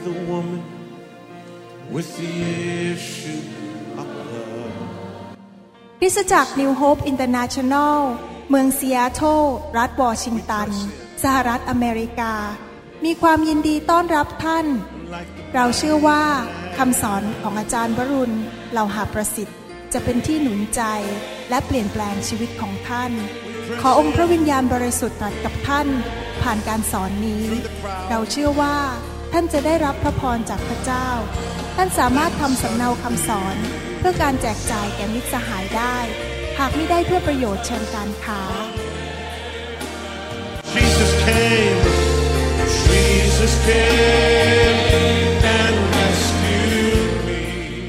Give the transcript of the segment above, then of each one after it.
the woman with the issue of blood คริสตจักร New Hope International เมืองซีแอตเทิลรัฐวอชิงตันสหรัฐอเมริกามีความยินดีต้อนรับท่านเราเชื่อว่าคำสอนของอาจารย์วรุณเหล่าหาประสิทธิ์จะเป็นที่หนุนใจและเปลี่ยนแปลงชีวิตของท่านขอองค์พระวิญญาณบริสุทธิ์ตรัสกับท่านผ่านการสอนนี้เราเชื่อว่าท่านจะได้รับพระพรจากพระเจ้าท่านสามารถทำสำเนาคำสอนเพื่อการแจกจ่ายแก่มิตรสหายได้หากไม่ได้เพื่อประโยชน์เชิงการค้า Jesus came and rescued me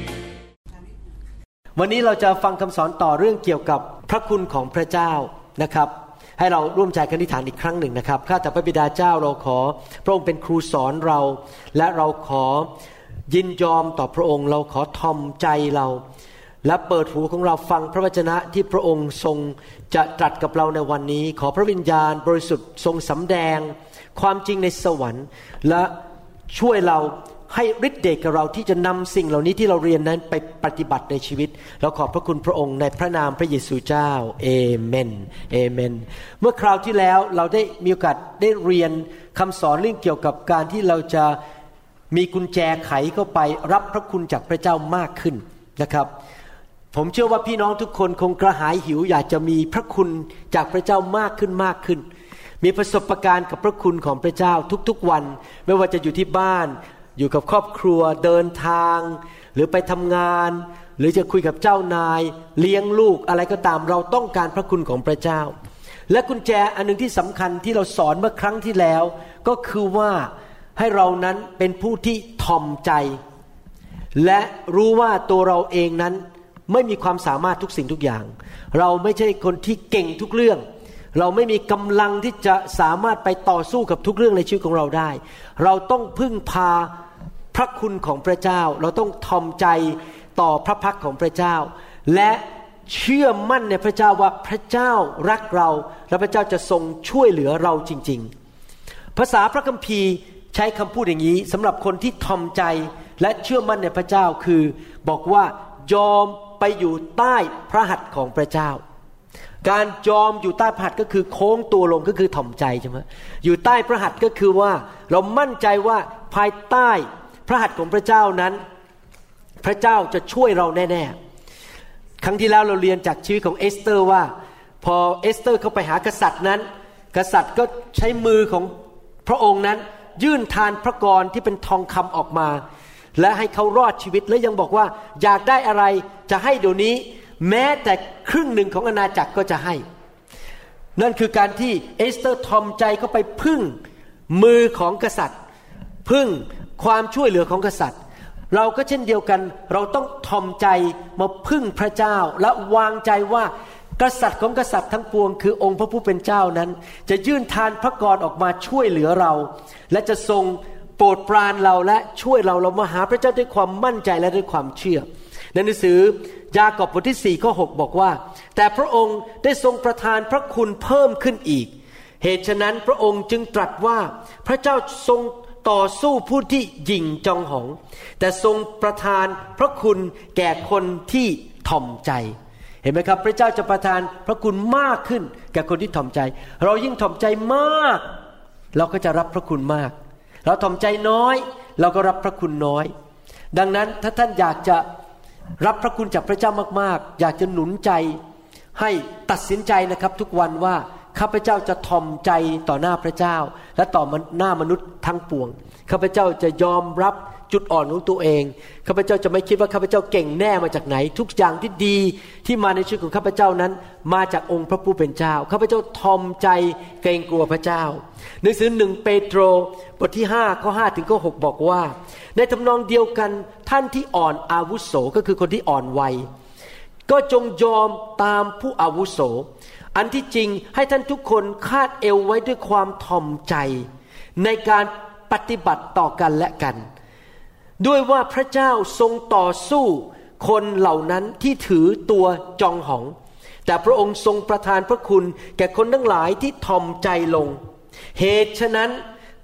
วันนี้เราจะฟังคำสอนต่อเรื่องเกี่ยวกับพระคุณของพระเจ้านะครับให้เราร่วมใจกันอธิษฐานอีกครั้งหนึ่งนะครับข้าแต่พระบิดาเจ้าเราขอพระองค์เป็นครูสอนเราและเราขอยินยอมต่อพระองค์เราขอทอมใจเราและเปิดหูของเราฟังพระวจนะที่พระองค์ทรงจะตรัสกับเราในวันนี้ขอพระวิญญาณบริสุทธิ์ทรงสำแดงความจริงในสวรรค์และช่วยเราให้ฤทธิ์เดชกับเราที่จะนำสิ่งเหล่านี้ที่เราเรียนนั้นไปปฏิบัติในชีวิตเราขอบพระคุณพระองค์ในพระนามพระเยซูเจ้าเอเมนเอเมนเมื่อคราวที่แล้วเราได้มีโอกาสได้เรียนคำสอนเรื่องเกี่ยวกับการที่เราจะมีกุญแจไขเข้าไปรับพระคุณจากพระเจ้ามากขึ้นนะครับผมเชื่อว่าพี่น้องทุกคนคงกระหายหิวอยากจะมีพระคุณจากพระเจ้ามากขึ้นมีประสบการณ์กับพระคุณของพระเจ้าทุกๆวันไม่ว่าจะอยู่ที่บ้านอยู่กับครอบครัวเดินทางหรือไปทำงานหรือจะคุยกับเจ้านายเลี้ยงลูกอะไรก็ตามเราต้องการพระคุณของพระเจ้าและกุญแจอันนึงที่สำคัญที่เราสอนเมื่อครั้งที่แล้วก็คือว่าให้เรานั้นเป็นผู้ที่ถ่อมใจและรู้ว่าตัวเราเองนั้นไม่มีความสามารถทุกสิ่งทุกอย่างเราไม่ใช่คนที่เก่งทุกเรื่องเราไม่มีกำลังที่จะสามารถไปต่อสู้กับทุกเรื่องในชีวิตของเราได้เราต้องพึ่งพาพระคุณของพระเจ้าเราต้องถ่อมใจต่อพระพักของพระเจ้าและเชื่อมั่นในพระเจ้าว่าพระเจ้ารักเราและพระเจ้าจะทรงช่วยเหลือเราจริงๆภาษาพระคัมภีร์ใช้คำพูดอย่างนี้สำหรับคนที่ถ่อมใจและเชื่อมั่นในพระเจ้าคือบอกว่ายอมไปอยู่ใต้พระหัตถ์ของพระเจ้าการยอมอยู่ใต้พระหัตถ์ก็คือโค้งตัวลงก็คือถ่อมใจใช่ไหมอยู่ใต้พระหัตถ์ก็คือว่าเรามั่นใจว่าภายใต้พระหัตถ์ของพระเจ้านั้นพระเจ้าจะช่วยเราแน่ๆครั้งที่แล้วเราเรียนจากชีวิตของเอสเตอร์ว่าพอเอสเตอร์เข้าไปหากษัตริย์นั้นกษัตริย์ก็ใช้มือของพระองค์นั้นยื่นทานพระกรที่เป็นทองคำออกมาและให้เขารอดชีวิตและยังบอกว่าอยากได้อะไรจะให้เดี๋ยวนี้แม้แต่ครึ่งหนึ่งของอาณาจักรก็จะให้นั่นคือการที่เอสเตอร์ทอมใจเข้าไปพึ่งมือของกษัตริย์พึ่งความช่วยเหลือของกษัตริย์เราก็เช่นเดียวกันเราต้องทอมใจมาพึ่งพระเจ้าและวางใจว่ากษัตริย์ของกษัตริย์ทั้งปวงคือองค์พระผู้เป็นเจ้านั้นจะยื่นทานพระกรออกมาช่วยเหลือเราและจะทรงโปรดปรานเราและช่วยเรามาหาพระเจ้าด้วยความมั่นใจและด้วยความเชื่อในหนังสือยากอบบทที่4ข้อ6บอกว่าแต่พระองค์ได้ทรงประทานพระคุณเพิ่มขึ้นอีกเหตุฉะนั้นพระองค์จึงตรัสว่าพระเจ้าทรงต่อสู้ผู้ที่หยิ่งจองหองแต่ทรงประทานพระคุณแก่คนที่ถ่อมใจเห็นไหมครับพระเจ้าจะประทานพระคุณมากขึ้นแก่คนที่ถ่อมใจเรายิ่งถ่อมใจมากเราก็จะรับพระคุณมากเราถ่อมใจน้อยเราก็รับพระคุณน้อยดังนั้นถ้าท่านอยากจะรับพระคุณจากพระเจ้ามากๆอยากจะหนุนใจให้ตัดสินใจนะครับทุกวันว่าข้าพเจ้าจะถ่อมใจต่อหน้าพระเจ้าและต่อหน้ามนุษย์ทั้งปวงข้าพเจ้าจะยอมรับจุดอ่อนของตัวเองข้าพเจ้าจะไม่คิดว่าข้าพเจ้าเก่งแน่มาจากไหนทุกอย่างที่ดีที่มาในชีวิตของข้าพเจ้านั้นมาจากองค์พระผู้เป็นเจ้าข้าพเจ้าถ่อมใจเกรงกลัวพระเจ้าหนังสือ1เปโตรบทที่5ข้อ5ถึงข้อ6บอกว่าในทำนองเดียวกันท่านที่อ่อนอาวุโสก็คือคนที่อ่อนวัยก็จงยอมตามผู้อาวุโสอันที่จริงให้ท่านทุกคนคาดเอวไว้ด้วยความถ่อมใจในการปฏิบัติต่อกันและกันด้วยว่าพระเจ้าทรงต่อสู้คนเหล่านั้นที่ถือตัวจองหองแต่พระองค์ทรงประทานพระคุณแก่คนทั้งหลายที่ถ่อมใจลงเหตุฉะนั้น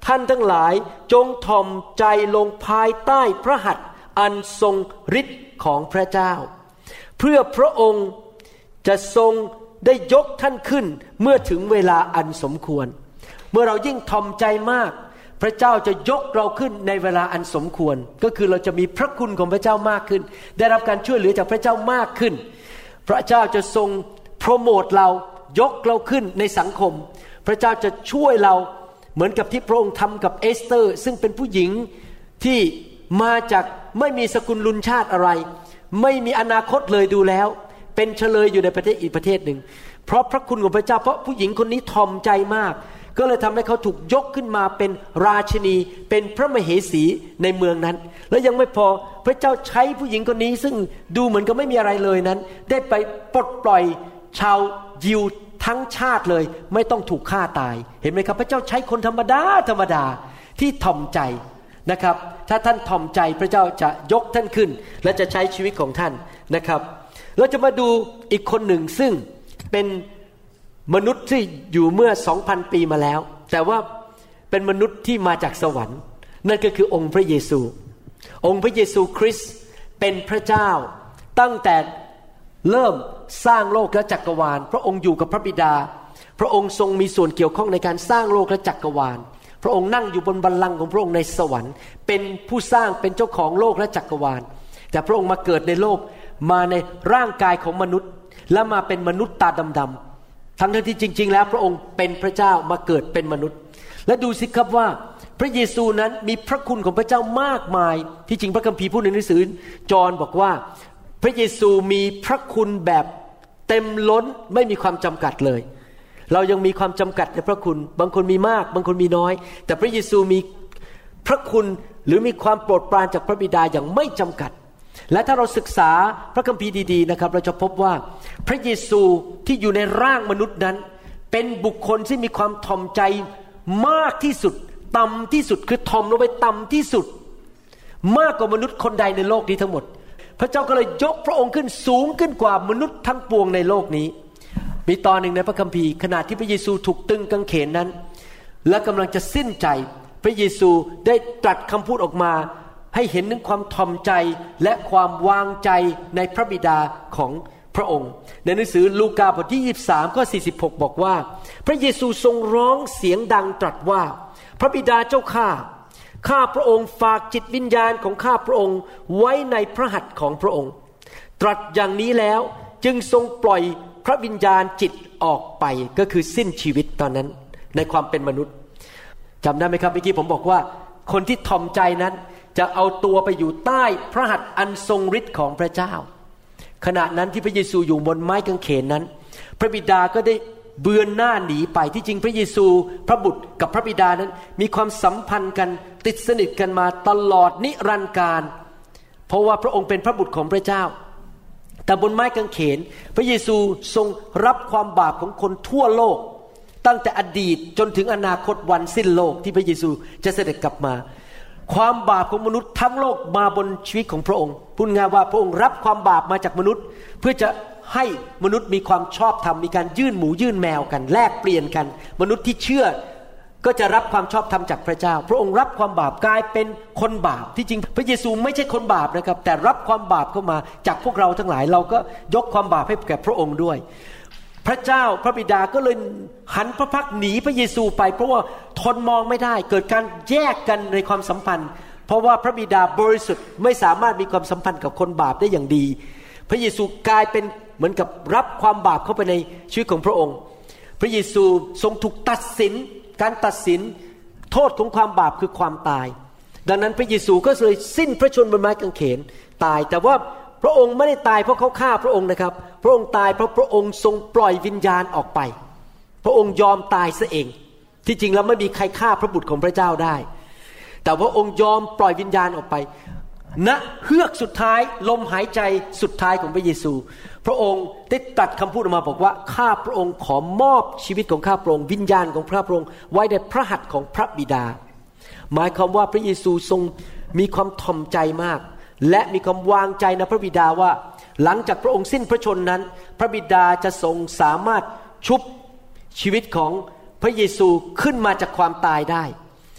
ท่านทั้งหลายจงถ่อมใจลงภายใต้พระหัตถ์อันทรงฤทธิ์ของพระเจ้าเพื่อพระองค์จะทรงได้ยกท่านขึ้นเมื่อถึงเวลาอันสมควรเมื่อเรายิ่งถ่อมใจมากพระเจ้าจะยกเราขึ้นในเวลาอันสมควรก็คือเราจะมีพระคุณของพระเจ้ามากขึ้นได้รับการช่วยเหลือจากพระเจ้ามากขึ้นพระเจ้าจะทรงโปรโมทเรายกเราขึ้นในสังคมพระเจ้าจะช่วยเราเหมือนกับที่พระองค์ทำกับเอสเตอร์ซึ่งเป็นผู้หญิงที่มาจากไม่มีสกุลลุนชาติอะไรไม่มีอนาคตเลยดูแล้วเป็นเฉลยอยู่ในประเทศอีกประเทศหนึ่งเพราะพระคุณของพระเจ้าเพราะผู้หญิงคนนี้ถ่อมใจมากก็เลยทำให้เขาถูกยกขึ้นมาเป็นราชินีเป็นพระมเหสีในเมืองนั้นแล้วยังไม่พอพระเจ้าใช้ผู้หญิงคนนี้ซึ่งดูเหมือนกับไม่มีอะไรเลยนั้นได้ไปปลดปล่อยชาวยิวทั้งชาติเลยไม่ต้องถูกฆ่าตายเห็นไหมครับพระเจ้าใช้คนธรรมดาที่ถ่อมใจนะครับถ้าท่านถ่อมใจพระเจ้าจะยกท่านขึ้นและจะใช้ชีวิตของท่านนะครับเราจะมาดูอีกคนหนึ่งซึ่งเป็นมนุษย์ที่อยู่เมื่อ 2,000 ปีมาแล้วแต่ว่าเป็นมนุษย์ที่มาจากสวรรค์นั่นก็คือองค์พระเยซูองค์พระเยซูคริสต์เป็นพระเจ้าตั้งแต่เริ่มสร้างโลกและจักรวาลพระองค์อยู่กับพระบิดาพระองค์ทรงมีส่วนเกี่ยวข้องในการสร้างโลกและจักรวาลพระองค์นั่งอยู่บนบัลลังก์ของพระองค์ในสวรรค์เป็นผู้สร้างเป็นเจ้าของโลกและจักรวาลแต่พระองค์มาเกิดในโลกมาในร่างกายของมนุษย์และมาเป็นมนุษย์ตาดำๆทั้งที่จริงๆแล้วพระองค์เป็นพระเจ้ามาเกิดเป็นมนุษย์และดูสิครับว่าพระเยซูนั้นมีพระคุณของพระเจ้ามากมายที่จริงพระคัมภีร์พูดในหนังสือจอห์นบอกว่าพระเยซูมีพระคุณแบบเต็มล้นไม่มีความจำกัดเลยเรายังมีความจำกัดในพระคุณบางคนมีมากบางคนมีน้อยแต่พระเยซูมีพระคุณหรือมีความโปรดปรานจากพระบิดาอย่างไม่จำกัดและถ้าเราศึกษาพระคัมภีร์ดีๆนะครับเราจะพบว่าพระเยซูที่อยู่ในร่างมนุษย์นั้นเป็นบุคคลที่มีความถ่อมใจมากที่สุดต่ำที่สุดคือถ่อมลงไปต่ำที่สุดมากกว่ามนุษย์คนใดในโลกนี้ทั้งหมดพระเจ้าก็เลยยกพระองค์ขึ้นสูงขึ้นกว่ามนุษย์ทั้งปวงในโลกนี้มีตอนหนึ่งในพระคัมภีร์ขณะที่พระเยซูถูกตึงกางเขนนั้นและกำลังจะสิ้นใจพระเยซูได้ตรัสคำพูดออกมาให้เห็นถึงความถ่อมใจและความวางใจในพระบิดาของพระองค์ในหนังสือลูกาบทที่23ข้อ46บอกว่าพระเยซูทรงร้องเสียงดังตรัสว่าพระบิดาเจ้าข้าพระองค์ฝากจิตวิญญาณของข้าพระองค์ไว้ในพระหัตถ์ของพระองค์ตรัสอย่างนี้แล้วจึงทรงปล่อยพระวิญญาณจิตออกไปก็คือสิ้นชีวิตตอนนั้นในความเป็นมนุษย์จำได้ไหมครับเมื่อกี้ผมบอกว่าคนที่ถ่อมใจนั้นจะเอาตัวไปอยู่ใต้พระหัตถ์อันทรงฤทธิ์ของพระเจ้าขณะนั้นที่พระเยซูอยู่บนไม้กางเขนนั้นพระบิดาก็ได้เบือนหน้าหนีไปที่จริงพระเยซูพระบุตรกับพระบิดานั้นมีความสัมพันธ์กันติดสนิทกันมาตลอดนิรันดร์กาลเพราะว่าพระองค์เป็นพระบุตรของพระเจ้าแต่บนไม้กางเขนพระเยซูทรงรับความบาปของคนทั่วโลกตั้งแต่อดีตจนถึงอนาคตวันสิ้นโลกที่พระเยซูจะเสด็จกลับมาความบาปของมนุษย์ทั้งโลกมาบนชีวิตของพระองค์พูดง่ายว่าพระองค์รับความบาปมาจากมนุษย์เพื่อจะให้มนุษย์มีความชอบธรรมมีการยื่นหมูยื่นแมวกันแลกเปลี่ยนกันมนุษย์ที่เชื่อก็จะรับความชอบธรรมจากพระเจ้าพระองค์รับความบาปกลายเป็นคนบาปที่จริงพระเยซูไม่ใช่คนบาปนะครับแต่รับความบาปเข้ามาจากพวกเราทั้งหลายเราก็ยกความบาปให้แก่พระองค์ด้วยพระเจ้าพระบิดาก็เลยหันพระพักหนีพระเยซูไปเพราะว่าทนมองไม่ได้เกิดการแยกกันในความสัมพันธ์เพราะว่าพระบิดาบริสุทธิ์ไม่สามารถมีความสัมพันธ์กับคนบาปได้อย่างดีพระเยซูกลายเป็นเหมือนกับรับความบาปเข้าไปในชีวิตของพระองค์พระเยซูทรงถูกตัดสินการตัดสินโทษของความบาปคือความตายดังนั้นพระเยซูก็เลยสิ้นพระชนม์บนไม้กางเขนตายแต่ว่าพระองค์ไม่ได้ตายเพราะเขาฆ่าพระองค์นะครับพระองค์ตายเพราะพระองค์ทรงปล่อยวิญญาณออกไปพระองค์ยอมตายซะเองที่จริงแล้วไม่มีใครฆ่าพระบุตรของพระเจ้าได้แต่พระองค์ยอมปล่อยวิญญาณออกไปณเฮือกสุดท้ายลมหายใจสุดท้ายของพระเยซูพระองค์ได้ตรัสคำพูดออกมาบอกว่าข้าพระองค์ขอมอบชีวิตของข้าพระองค์วิญญาณของพระองค์ไว้ในพระหัตถ์ของพระบิดาหมายความว่าพระเยซูทรงมีความถ่อมใจมากและมีความวางใจในพระบิดาว่าหลังจากพระองค์สิ้นพระชนม์นั้นพระบิดาจะทรงสามารถชุบชีวิตของพระเยซูขึ้นมาจากความตายได้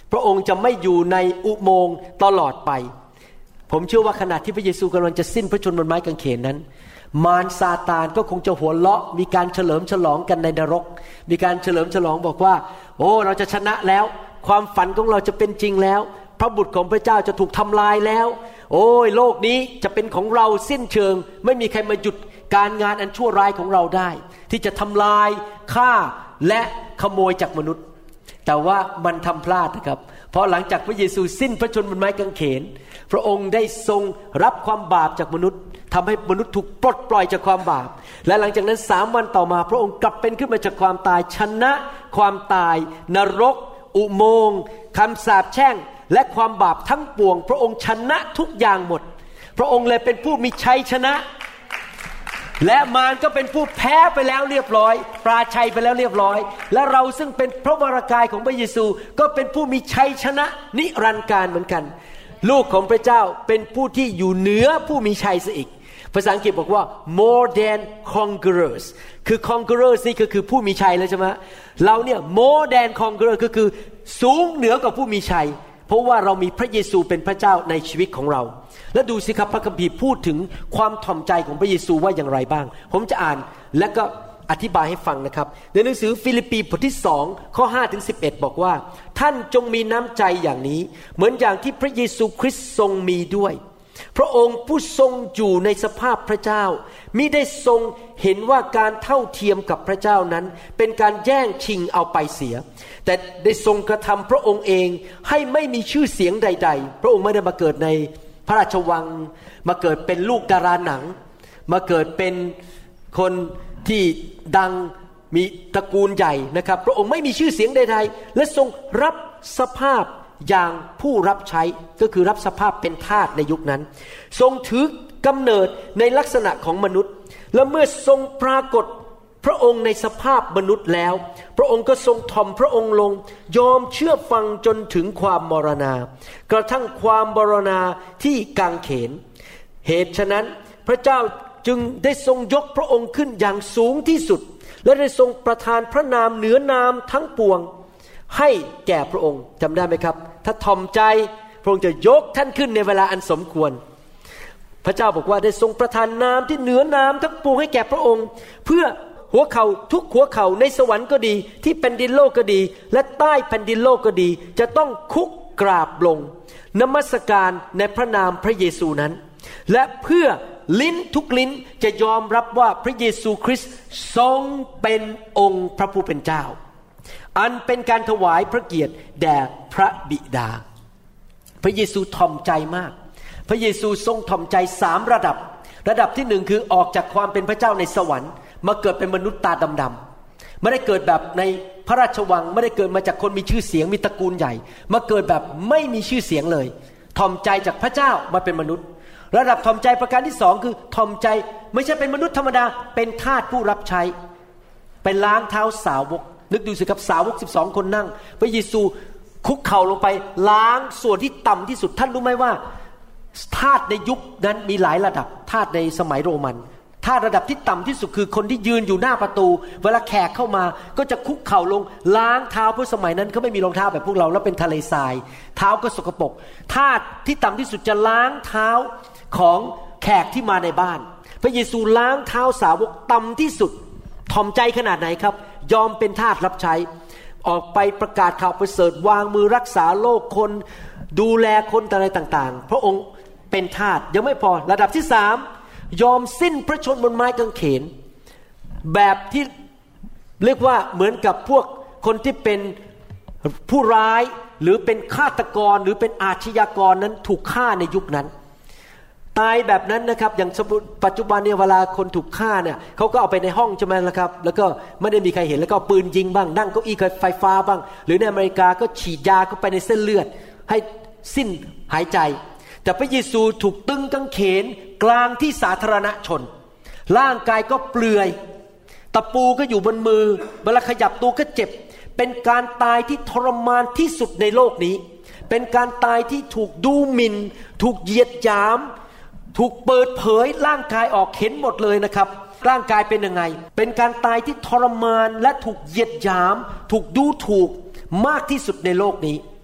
พระองค์จะไม่อยู่ในอุโมงค์ตลอดไปผมเชื่อว่าขณะที่พระเยซูกำลังจะสิ้นพระชนม์บนไม้กางเขนนั้นมารซาตานก็คงจะหัวเราะมีการเฉลิมฉลองกันในนรกมีการเฉลิมฉลองบอกว่าโอ้เราจะชนะแล้วความฝันของเราจะเป็นจริงแล้วพระบุตรของพระเจ้าจะถูกทำลายแล้วโอ้ยโลกนี้จะเป็นของเราสิ้นเชิงไม่มีใครมาหยุดการงานอันชั่วร้ายของเราได้ที่จะทำลายฆ่าและขโมยจากมนุษย์แต่ว่ามันทำพลาดนะครับเพราะหลังจากพระเยซูสิ้นพระชนม์บนไม้กางเขนพระองค์ได้ทรงรับความบาปจากมนุษย์ทำให้มนุษย์ถูกปลดปล่อยจากความบาปและหลังจากนั้น3 วันต่อมาพระองค์กลับเป็นขึ้นมาจากความตายชนะความตายนรกอุโมงค์คำสาปแช่งและความบาปทั้งปวงพระองค์ชนะทุกอย่างหมดพระองค์เลยเป็นผู้มีชัยชนะและมารก็เป็นผู้แพ้ไปแล้วเรียบร้อยปราชัยไปแล้วเรียบร้อยและเราซึ่งเป็นพระวรากายของพระเยซูก็เป็นผู้มีชัยชนะนิรันดร์กาลเหมือนกันลูกของพระเจ้าเป็นผู้ที่อยู่เหนือผู้มีชัยซะอีกภาษาอังกฤษบอกว่า more than conquerors คือ conquerors นี่ก็คือผู้มีชัยแล้วใช่ไหมเราเนี่ย more than conquerors ก็คือสูงเหนือกว่าผู้มีชัยเพราะว่าเรามีพระเยซูเป็นพระเจ้าในชีวิตของเราและดูสิครับพระคัมภีร์พูดถึงความถ่อมใจของพระเยซูว่าอย่างไรบ้างผมจะอ่านและก็อธิบายให้ฟังนะครับในหนังสือฟิลิปปีบทที่2ข้อ5ถึง11บอกว่าท่านจงมีน้ำใจอย่างนี้เหมือนอย่างที่พระเยซูคริสต์ทรงมีด้วยพระองค์ผู้ทรงอยู่ในสภาพพระเจ้ามิได้ทรงเห็นว่าการเท่าเทียมกับพระเจ้านั้นเป็นการแย่งชิงเอาไปเสียแต่ได้ทรงกระทำพระองค์เองให้ไม่มีชื่อเสียงใดๆพระองค์ไม่ได้มาเกิดในพระราชวังมาเกิดเป็นลูกดาราหนังมาเกิดเป็นคนที่ดังมีตระกูลใหญ่นะครับพระองค์ไม่มีชื่อเสียงใดๆและทรงรับสภาพอย่างผู้รับใช้ก็คือรับสภาพเป็นทาสในยุคนั้นทรงถือกำเนิดในลักษณะของมนุษย์และเมื่อทรงปรากฏพระองค์ในสภาพมนุษย์แล้วพระองค์ก็ทรงถ่อมพระองค์ลงยอมเชื่อฟังจนถึงความมรณากระทั่งความมรณาที่กางเขนเหตุฉะนั้นพระเจ้าจึงได้ทรงยกพระองค์ขึ้นอย่างสูงที่สุดและได้ทรงประทานพระนามเหนือนามทั้งปวงให้แก่พระองค์จำได้ไหมครับถ้าถ่อมใจพระองค์จะยกท่านขึ้นในเวลาอันสมควรพระเจ้าบอกว่าได้ทรงประทานนามที่เหนือนามทั้งปวงให้แก่พระองค์เพื่อหัวเข่าทุกหัวเข่าในสวรรค์ก็ดีที่แผ่นดินโลกก็ดีและใต้แผ่นดินโลกก็ดีจะต้องคุกกราบลงนมัสการในพระนามพระเยซูนั้นและเพื่อลิ้นทุกลิ้นจะยอมรับว่าพระเยซูคริสต์ทรงเป็นองค์พระผู้เป็นเจ้าอันเป็นการถวายพระเกียรติแด่พระบิดาพระเยซูถ่อมใจมากพระเยซูทรงถ่อมใจ3ระดับที่1คือออกจากความเป็นพระเจ้าในสวรรค์มาเกิดเป็นมนุษย์ตาดำๆไม่ได้เกิดแบบในพระราชวังไม่ได้เกิดมาจากคนมีชื่อเสียงมีตระกูลใหญ่มาเกิดแบบไม่มีชื่อเสียงเลยถ่อมใจจากพระเจ้ามาเป็นมนุษย์ระดับถ่อมใจประการที่2คือถ่อมใจไม่ใช่เป็นมนุษย์ธรรมดาเป็นทาสผู้รับใช้ไปล้างเท้าสาวกนึกดูสิครับสาวก12คนนั่งพระเยซูคุกเข่าลงไปล้างส่วนที่ต่ำที่สุดท่านรู้ไหมว่าทาสในยุคนั้นมีหลายระดับทาสในสมัยโรมันทาสระดับที่ต่ำที่สุดคือคนที่ยืนอยู่หน้าประตูเวลาแขกเข้ามาก็จะคุกเข่าลงล้างเท้าเพราะสมัยนั้นเขาไม่มีรองเท้าแบบพวกเราแล้วเป็นทะเลทรายเท้าก็สกปรกทาสที่ต่ำที่สุดจะล้างเท้าของแขกที่มาในบ้านพระเยซูล้างเท้าสาวกต่ำที่สุดถ่อมใจขนาดไหนครับยอมเป็นทาสรับใช้ออกไปประกาศข่าวประเสริฐวางมือรักษาโรคคนดูแลคนอะไรต่างๆพระองค์เป็นทาสยังไม่พอระดับที่3ยอมสิ้นพระชนม์บนไม้กางเขนแบบที่เรียกว่าเหมือนกับพวกคนที่เป็นผู้ร้ายหรือเป็นฆาตกรหรือเป็นอาชญากรนั้นถูกฆ่าในยุคนั้นตายแบบนั้นนะครับอย่างปัจจุบันเนี่ยเวลาคนถูกฆ่าเนี่ยเขาก็เอาไปในห้องใช่ไหมล่ะครับแล้วก็ไม่ได้มีใครเห็นแล้วก็ปืนยิงบ้างนั่งเก้าอี้ไฟฟ้าบ้างหรือในอเมริกาก็ฉีดยาเข้าไปในเส้นเลือดให้สิ้นหายใจแต่พระเยซูถูกตึงกางเขนกลางที่สาธารณชนร่างกายก็เปลือยตะปูก็อยู่บนมือเวลาขยับตัวก็เจ็บเป็นการตายที่ทรมานที่สุดในโลกนี้เป็นการตายที่ถูกดูหมิ่นถูกเหยียดหยามถูกเปิดเผยร่างกายออกเห็นหมดเลยนะครับร่างกายเป็นยังไงเป็นการตายที่ทรมานและถูกเหยียดหยามถูกดูถูกมากที่สุดในโลกนี้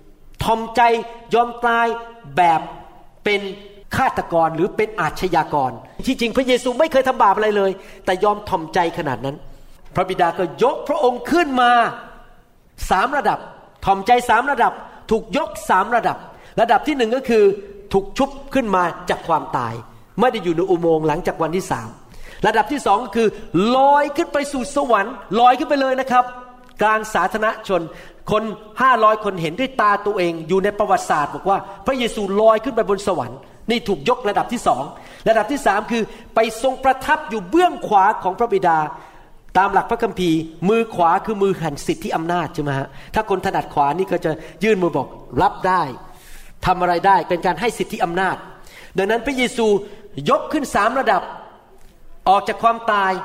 ทอมใจยอมตายแบบเป็นฆาตกรหรือเป็นอาชญากรที่จริงพระเยซูไม่เคยทำบาปอะไรเลยแต่ยอมทอมใจขนาดนั้นพระบิดาก็ยกพระองค์ขึ้นมา3ระดับทอมใจ3ระดับถูกยก3ระดับระดับที่1ก็คือถูกชุบขึ้นมาจากความตายไม่ได้อยู่ในอุโมงค์หลังจากวันที่3ระดับที่2ก็คือลอยขึ้นไปสู่สวรรค์ลอยขึ้นไปเลยนะครับกลางสาธารณชนคน500คนเห็นด้วยตาตัวเองอยู่ในประวัติศาสตร์บอกว่าพระเยซูลอยขึ้นไปบนสวรรค์นี่ถูกยกระดับที่2ระดับที่3คือไปทรงประทับอยู่เบื้องขวาของพระบิดาตามหลักพระคัมภีร์มือขวาคือมือแห่งสิทธิอำนาจใช่ไหมฮะถ้าคนถนัดขวานี่ก็จะยื่นมือบอกรับได้ทำอะไรได้เป็นการให้สิทธิอำนาจดังนั้นพระเยซูยกขึ้น3ระดับออกจากความตาย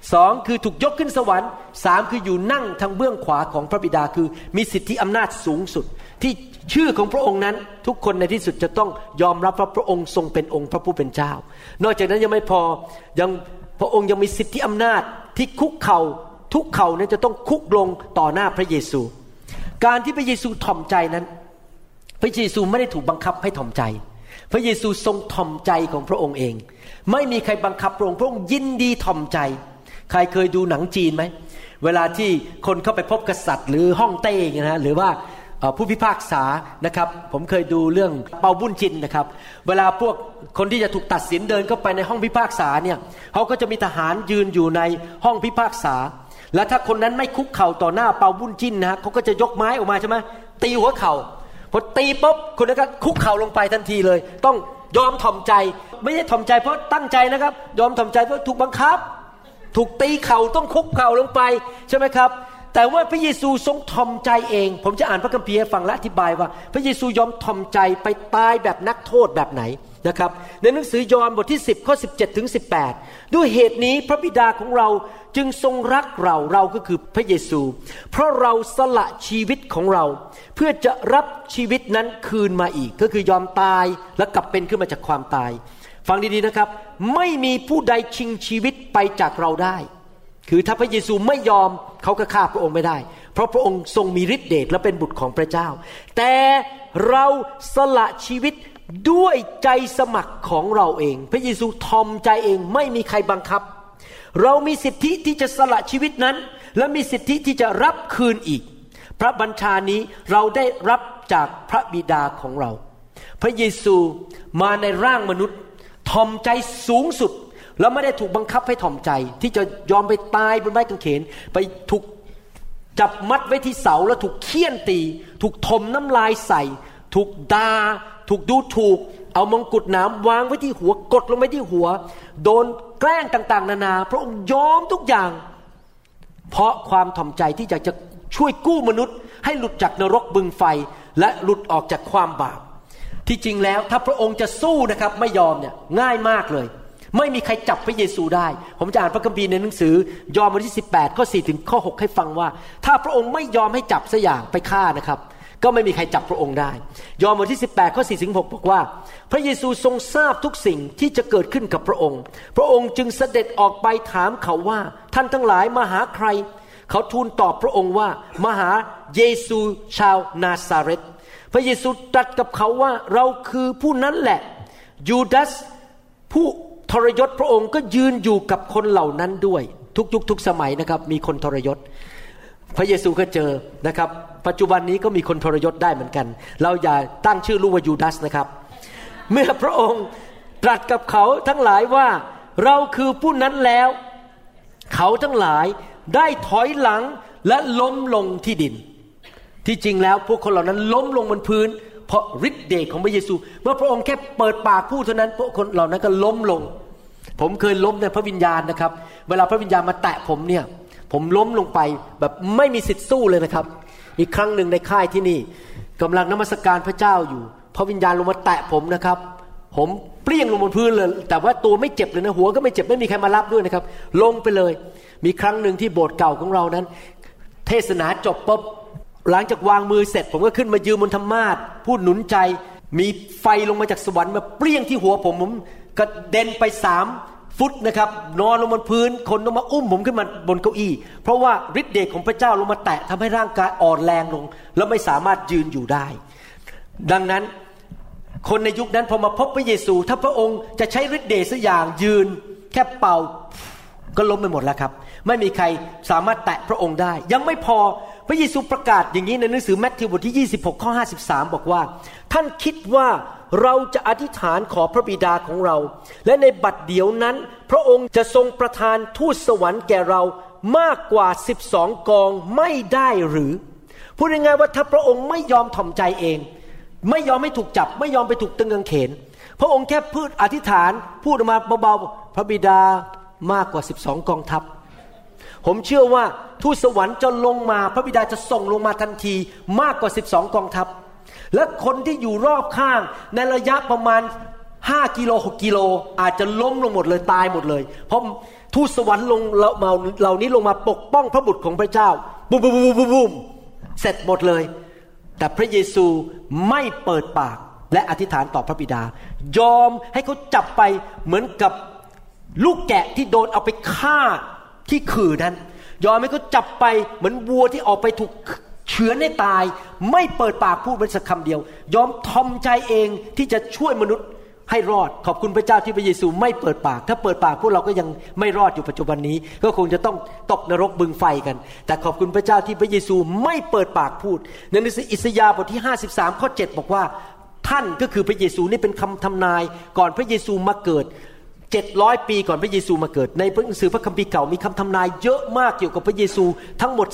2คือถูกยกขึ้นสวรรค์3คืออยู่นั่งทางเบื้องขวาของพระบิดาคือมีสิทธิอำนาจสูงสุดที่ชื่อของพระองค์นั้นทุกคนในที่สุดจะต้องยอมรับว่าพระองค์ทรงเป็นองค์พระผู้เป็นเจ้านอกจากนั้นยังไม่พอยังพระองค์ยังมีสิทธิอำนาจที่คุกเข่าทุกเข่านั้นจะต้องคุกลงต่อหน้าพระเยซูการที่พระเยซูถ่อมใจนั้นพระเยซูไม่ได้ถูกบังคับให้ถ่อมใจพระเยซูทรงถ่อมใจของพระองค์เองไม่มีใครบังคับพระองค์พระองค์ยินดีถ่อมใจใครเคยดูหนังจีนไหมเวลาที่คนเข้าไปพบกษัตริย์หรือฮ่องเต้นะหรือว่าผู้พิพากษานะครับผมเคยดูเรื่องเปาบุญจินนะครับเวลาพวกคนที่จะถูกตัดสินเดินเข้าไปในห้องพิพากษาเนี่ยเขาก็จะมีทหารยืนอยู่ในห้องพิพากษาและถ้าคนนั้นไม่คุกเข่าต่อหน้าเปาบุญจินนะเขาก็จะยกไม้ออกมาใช่ไหมตีหัวเข่าพอตีปุ๊บคนนั้นก็คุกเข่าลงไปทันทีเลยต้องยอมถ่อมใจไม่ใช่ถ่อมใจเพราะตั้งใจนะครับยอมถ่อมใจเพราะถูกบังคับถูกตีเข่าต้องคุกเข่าลงไปใช่ไหมครับแต่ว่าพระเยซูทรงถ่อมใจเองผมจะอ่านพระคัมภีร์ให้ฟังและอธิบายว่าพระเยซูยอมถ่อมใจไปตายแบบนักโทษแบบไหนนะครับในหนังสือยอห์นบทที่10ข้อ17ถึง18ด้วยเหตุนี้พระบิดาของเราจึงทรงรักเราก็คือพระเยซูเพราะเราสละชีวิตของเราเพื่อจะรับชีวิตนั้นคืนมาอีกก็คือยอมตายและกลับเป็นขึ้นมาจากความตายฟังดีๆนะครับไม่มีผู้ใดชิงชีวิตไปจากเราได้คือถ้าพระเยซูไม่ยอมเขาก็ฆ่าพระองค์ไม่ได้เพราะพระองค์ทรงมีฤทธิ์เดชและเป็นบุตรของพระเจ้าแต่เราสละชีวิตด้วยใจสมัครของเราเองพระเยซูทอมใจเองไม่มีใครบังคับเรามีสิทธิที่จะสละชีวิตนั้นและมีสิทธิที่จะรับคืนอีกพระบัญชานี้เราได้รับจากพระบิดาของเราพระเยซูมาในร่างมนุษย์ทอมใจสูงสุดแล้วไม่ได้ถูกบังคับให้ถ่อมใจที่จะยอมไปตายบนไม้กางเขนไปถูกจับมัดไว้ที่เสาแล้วถูกเฆี่ยนตีถูกถมน้ำลายใส่ถูกด่าถูกดูถูกเอามงกุฎหนามวางไว้ที่หัวกดลงไปที่หัวโดนแกล้งต่างๆนานาพระองค์ยอมทุกอย่างเพราะความถ่อมใจที่อยากจะช่วยกู้มนุษย์ให้หลุดจากนรกบึงไฟและหลุดออกจากความบาปที่จริงแล้วถ้าพระองค์จะสู้นะครับไม่ยอมเนี่ยง่ายมากเลยไม่มีใครจับพระเยซูได้ผมจะอ่านพระคัมภีร์ในหนังสือยอห์นบทที่18ข้อ4ถึงข้อ6ให้ฟังว่าถ้าพระองค์ไม่ยอมให้จับสักอย่างไปฆ่านะครับก็ไม่มีใครจับพระองค์ได้ยอห์นบทที่18ข้อ4ถึง6บอกว่าพระเยซูทรงทราบทุกสิ่งที่จะเกิดขึ้นกับพระองค์พระองค์จึงเสด็จออกไปถามเขาว่าท่านทั้งหลายมาหาใครเขาทูลตอบพระองค์ว่ามาหาเยซูชาวนาซาเรตพระเยซูตรัสกับเขาว่าเราคือผู้นั้นแหละยูดาสผู้ทรยศพระองค์ก็ยืนอยู่กับคนเหล่านั้นด้วยทุกยุคทุกสมัยนะครับมีคนทรยศพระเยซูก็เจอนะครับปัจจุบันนี้ก็มีคนทรยศได้เหมือนกันเราอย่าตั้งชื่อลูกว่ายูดาสนะครับเมื่อพระองค์ตรัสกับเขาทั้งหลายว่าเราคือผู้นั้นแล้วเขาทั้งหลายได้ถอยหลังและล้มลงที่ดินที่จริงแล้วพวกคนเหล่านั้นล้มลงบนพื้นเพราะฤทธิ์เดชของพระเยซูเมื่อพระองค์แค่เปิดปากพูดเท่านั้นพวกคนเหล่านั้นก็ล้มลงผมเคยล้มในพระวิญญาณนะครับเวลาพระวิญญาณมาแตะผมเนี่ยผมล้มลงไปแบบไม่มีสิทธิ์สู้เลยนะครับอีกครั้งหนึ่งในค่ายที่นี่กำลังนมัสการพระเจ้าอยู่พระวิญญาณลงมาแตะผมนะครับผมเปรี้ยงลงบนพื้นเลยแต่ว่าตัวไม่เจ็บเลยนะหัวก็ไม่เจ็บไม่มีใครมารับด้วยนะครับลงไปเลยมีครั้งหนึ่งที่โบสถ์เก่าของเรานั้นเทศนาจบปุ๊บหลังจากวางมือเสร็จผมก็ขึ้นมายืนบนธรรมาสน์พูดหนุนใจมีไฟลงมาจากสวรรค์มาเปรี้ยงที่หัวผมกระเด็นไป3 ฟุตนะครับนอนลงบนพื้นคนต้องมาอุ้มผมขึ้นมาบนเก้าอี้เพราะว่าฤทธิ์เดชของพระเจ้าลงมาแตะทำให้ร่างกายอ่อนแรงลงแล้วไม่สามารถยืนอยู่ได้ดังนั้นคนในยุคนั้นพอมาพบพระเยซูถ้าพระองค์จะใช้ฤทธิ์เดชสักอย่างยืนแค่เป่าก็ล้มไปหมดแล้วครับไม่มีใครสามารถแตะพระองค์ได้ยังไม่พอพระเยซูประกาศอย่างนี้ในหนังสือมัทธิวบทที่26ข้อ53บอกว่าท่านคิดว่าเราจะอธิษฐานขอพระบิดาของเราและในบัดเดี๋ยวนั้นพระองค์จะทรงประทานทูตสวรรค์แก่เรามากกว่า12กองไม่ได้หรือพูดง่ายๆว่าถ้าพระองค์ไม่ยอมถ่อมใจเองไม่ยอมให้ถูกจับไม่ยอมไปถูกตึงกางเขนพระองค์แค่พูดอธิษฐานพูดออกมาเบาๆพระบิดามากกว่า12กองทัพผมเชื่อว่าทูตสวรรค์จะลงมาพระบิดาจะส่งลงมาทันทีมากกว่า12กองทัพและคนที่อยู่รอบข้างในระยะประมาณ5กิโล6กิโลอาจจะล้มลงหมดเลยตายหมดเลยเพราะทูตสวรรค์ลงเหล่านี้ลงมาปกป้องพระบุตรของพระเจ้าบูมบูมบูมบูมเสร็จหมดเลยแต่พระเยซูไม่เปิดปากและอธิษฐานต่อพระบิดายอมให้เขาจับไปเหมือนกับลูกแกะที่โดนเอาไปฆ่าที่ขื่อนั้นยอมให้เขาจับไปเหมือนวัวที่ออกไปถูกเฉือนให้ตายไม่เปิดปากพูดเป็นสักคำเดียวยอมทอมใจเองที่จะช่วยมนุษย์ให้รอดขอบคุณพระเจ้าที่พระเยซูไม่เปิดปากถ้าเปิดปากพวกเราก็ยังไม่รอดอยู่ปัจจุบันนี้ก็คงจะต้องตกนรกบึงไฟกันแต่ขอบคุณพระเจ้าที่พระเยซูไม่เปิดปากพูดในหนังสืออิสยาห์บทที่53ข้อ7บอกว่าท่านก็คือพระเยซูนี่เป็นคำทำนายก่อนพระเยซูมาเกิด700ปีก่อนพระเยซูมาเกิดในหนังสือพระคัมภีร์เก่ามีคำทำนายเยอะมากเกี่ยวกับพระเยซูทั้งหมด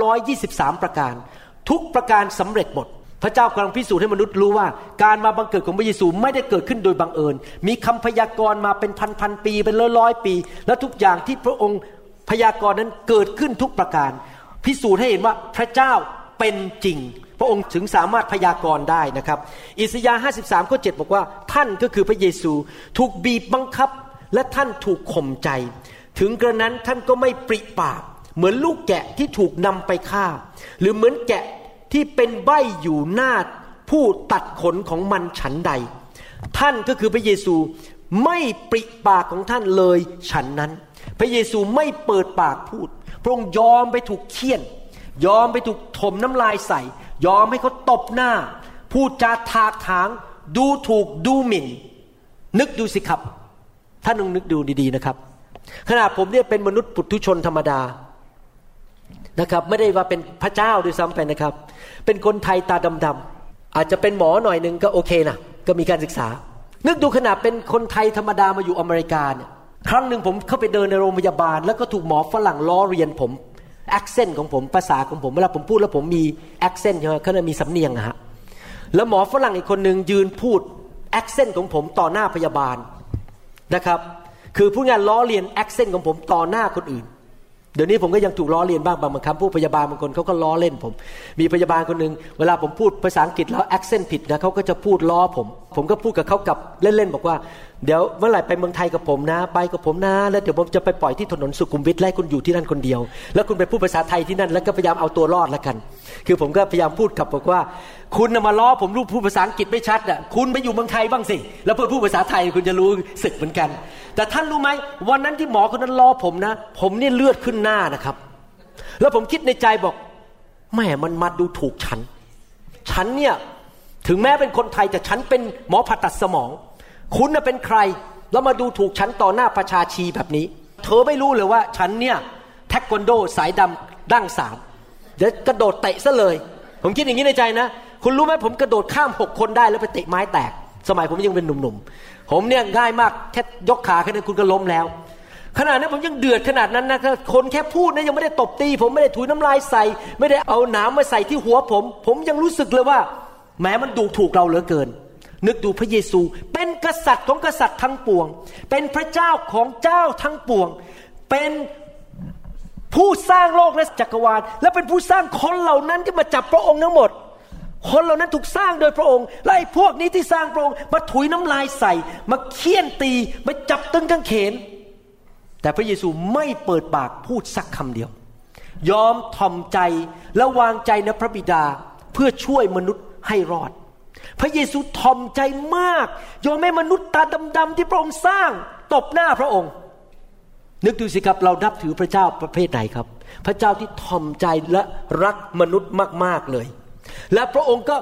323ประการทุกประการสำเร็จหมดพระเจ้ากำลังพิสูจน์ให้มนุษย์รู้ว่าการมาบังเกิดของพระเยซูไม่ได้เกิดขึ้นโดยบังเอิญมีคำพยากรณ์มาเป็นพันปีเป็นร้อยปีและทุกอย่างที่พระองค์พยากรณ์นั้นเกิดขึ้นทุกประการพิสูจน์ให้เห็นว่าพระเจ้าเป็นจริงพระองค์ถึงสามารถพยากรณ์ได้นะครับอิสยาห์53ข้อ7บอกว่าท่านก็คือพระเยซูถูกบีบบังคับและท่านถูกข่มใจถึงกระนั้นท่านก็ไม่ปริปากเหมือนลูกแกะที่ถูกนำไปฆ่าหรือเหมือนแกะที่เป็นใบ้อยู่หน้าผู้ตัดขนของมันฉันใดท่านก็คือพระเยซูไม่ปริปากของท่านเลยฉันนั้นพระเยซูไม่เปิดปากพูดพระองค์ยอมไปถูกเฆี่ยนยอมไปถูกถมน้ำลายใส่ยอมให้เขาตบหน้าพูดจาถากถางดูถูกดูหมิ่นนึกดูสิครับท่านลองนึกดูดีๆนะครับขณะผมเนี่ยเป็นมนุษย์ปุถุชนธรรมดานะครับไม่ได้ว่าเป็นพระเจ้าด้วยซ้ำไปนะครับเป็นคนไทยตาดำๆอาจจะเป็นหมอหน่อยนึงก็โอเคนะก็มีการศึกษานึกดูขณะเป็นคนไทยธรรมดามาอยู่อเมริกาเนี่ยครั้งนึงผมเข้าไปเดินในโรงพยาบาลแล้วก็ถูกหมอฝรั่งล้อเลียนผมแอคเซนต์ของผมภาษาของผมเวลาผมพูดแล้วผมมีแอคเซนต์ใช่ไหมเขาจะมีสำเนียงอะฮะแล้วหมอฝรั่งอีกคนนึงยืนพูดแอคเซนต์ของผมต่อหน้าพยาบาลนะครับคือผู้งานล้อเลียนแอคเซนต์ของผมต่อหน้าคนอื่นเดี๋ยวนี้ผมก็ยังถูกล้อเลียนบ้างบางคำผู้พยาบาลบางคนเขาก็ล้อเล่นผมมีพยาบาลคนนึงเวลาผมพูดภาษาอังกฤษแล้วแอคเซนต์ผิดนะเขาก็จะพูดล้อผมก็พูดกับเขากับเล่นๆบอกว่าเดี๋ยวเมื่อไหร่ไปเมืองไทยกับผมนะไปกับผมนะแล้วเดี๋ยวผมจะไปปล่อยที่ถนนสุขุมวิทไล่คุณอยู่ที่นั่นคนเดียวแล้วคุณไปพูดภาษาไทยที่นั่นแล้วก็พยายามเอาตัวรอดแล้วกันคือผมก็พยายามพูดกับบอกว่าคุณมาล้อผมรู้พูดภาษาอังกฤษไม่ชัดอ่ะคุณไปอยู่เมืองไทยบ้างสิแล้วพูดภาษาไทยคุณจะรู้สึกเหมือนกันแต่ท่านรู้ไหมวันนั้นที่หมอคนนั้นล้อผมนะผมนี่เลือดขึ้นหน้านะครับแล้วผมคิดในใจบอกแม่มันมาดูถูกฉันเนี่ยถึงแม้เป็นคนไทยแต่ฉันเป็นหมอผ่าตัดสมองคุณน่ะเป็นใครแล้วมาดูถูกฉันต่อหน้าประชาชีแบบนี้เธอไม่รู้เลยว่าฉันเนี่ยเทควันโดสายดำดั้ง3เดี๋ยวกระโดดเตะซะเลยผมคิดอย่างนี้ในใจนะคุณรู้ไหมผมกระโดดข้าม6คนได้แล้วไปเตะไม้แตกสมัยผมยังเป็นหนุ่มๆผมเนี่ยง่ายมากแค่ยกขาแค่นั้นคุณก็ล้มแล้วขนาดนั้นผมยังเดือดขนาดนั้นนะคนแค่พูดนะยังไม่ได้ตบตีผมไม่ได้ถุยน้ำลายใส่ไม่ได้เอาหนามมาใส่ที่หัวผมยังรู้สึกเลยว่าแหมมันดูถูกเราเหลือเกินนึกดูพระเยซูเป็นกษัตริย์ของกษัตริย์ทั้งปวงเป็นพระเจ้าของเจ้าทั้งปวงเป็นผู้สร้างโลกและจักรวาลและเป็นผู้สร้างคนเหล่านั้นที่มาจับพระองค์ทั้งหมดคนเหล่านั้นถูกสร้างโดยพระองค์และไอ้พวกนี้ที่สร้างพระองค์มาถุยน้ำลายใส่มาเฆี่ยนตีมาจับตึงกางเขนแต่พระเยซูไม่เปิดปากพูดสักคำเดียวยอมถ่อมใจและวางใจในพระบิดาเพื่อช่วยมนุษย์ให้รอดพระเยซูถ่อมใจมากยอมให้มนุษย์ตาดำๆที่พระองค์สร้างตบหน้าพระองค์นึกดูสิครับเรานับถือพระเจ้าประเภทไหนครับพระเจ้าที่ถ่อมใจและรักมนุษย์มากๆเลยและพระองค์ก็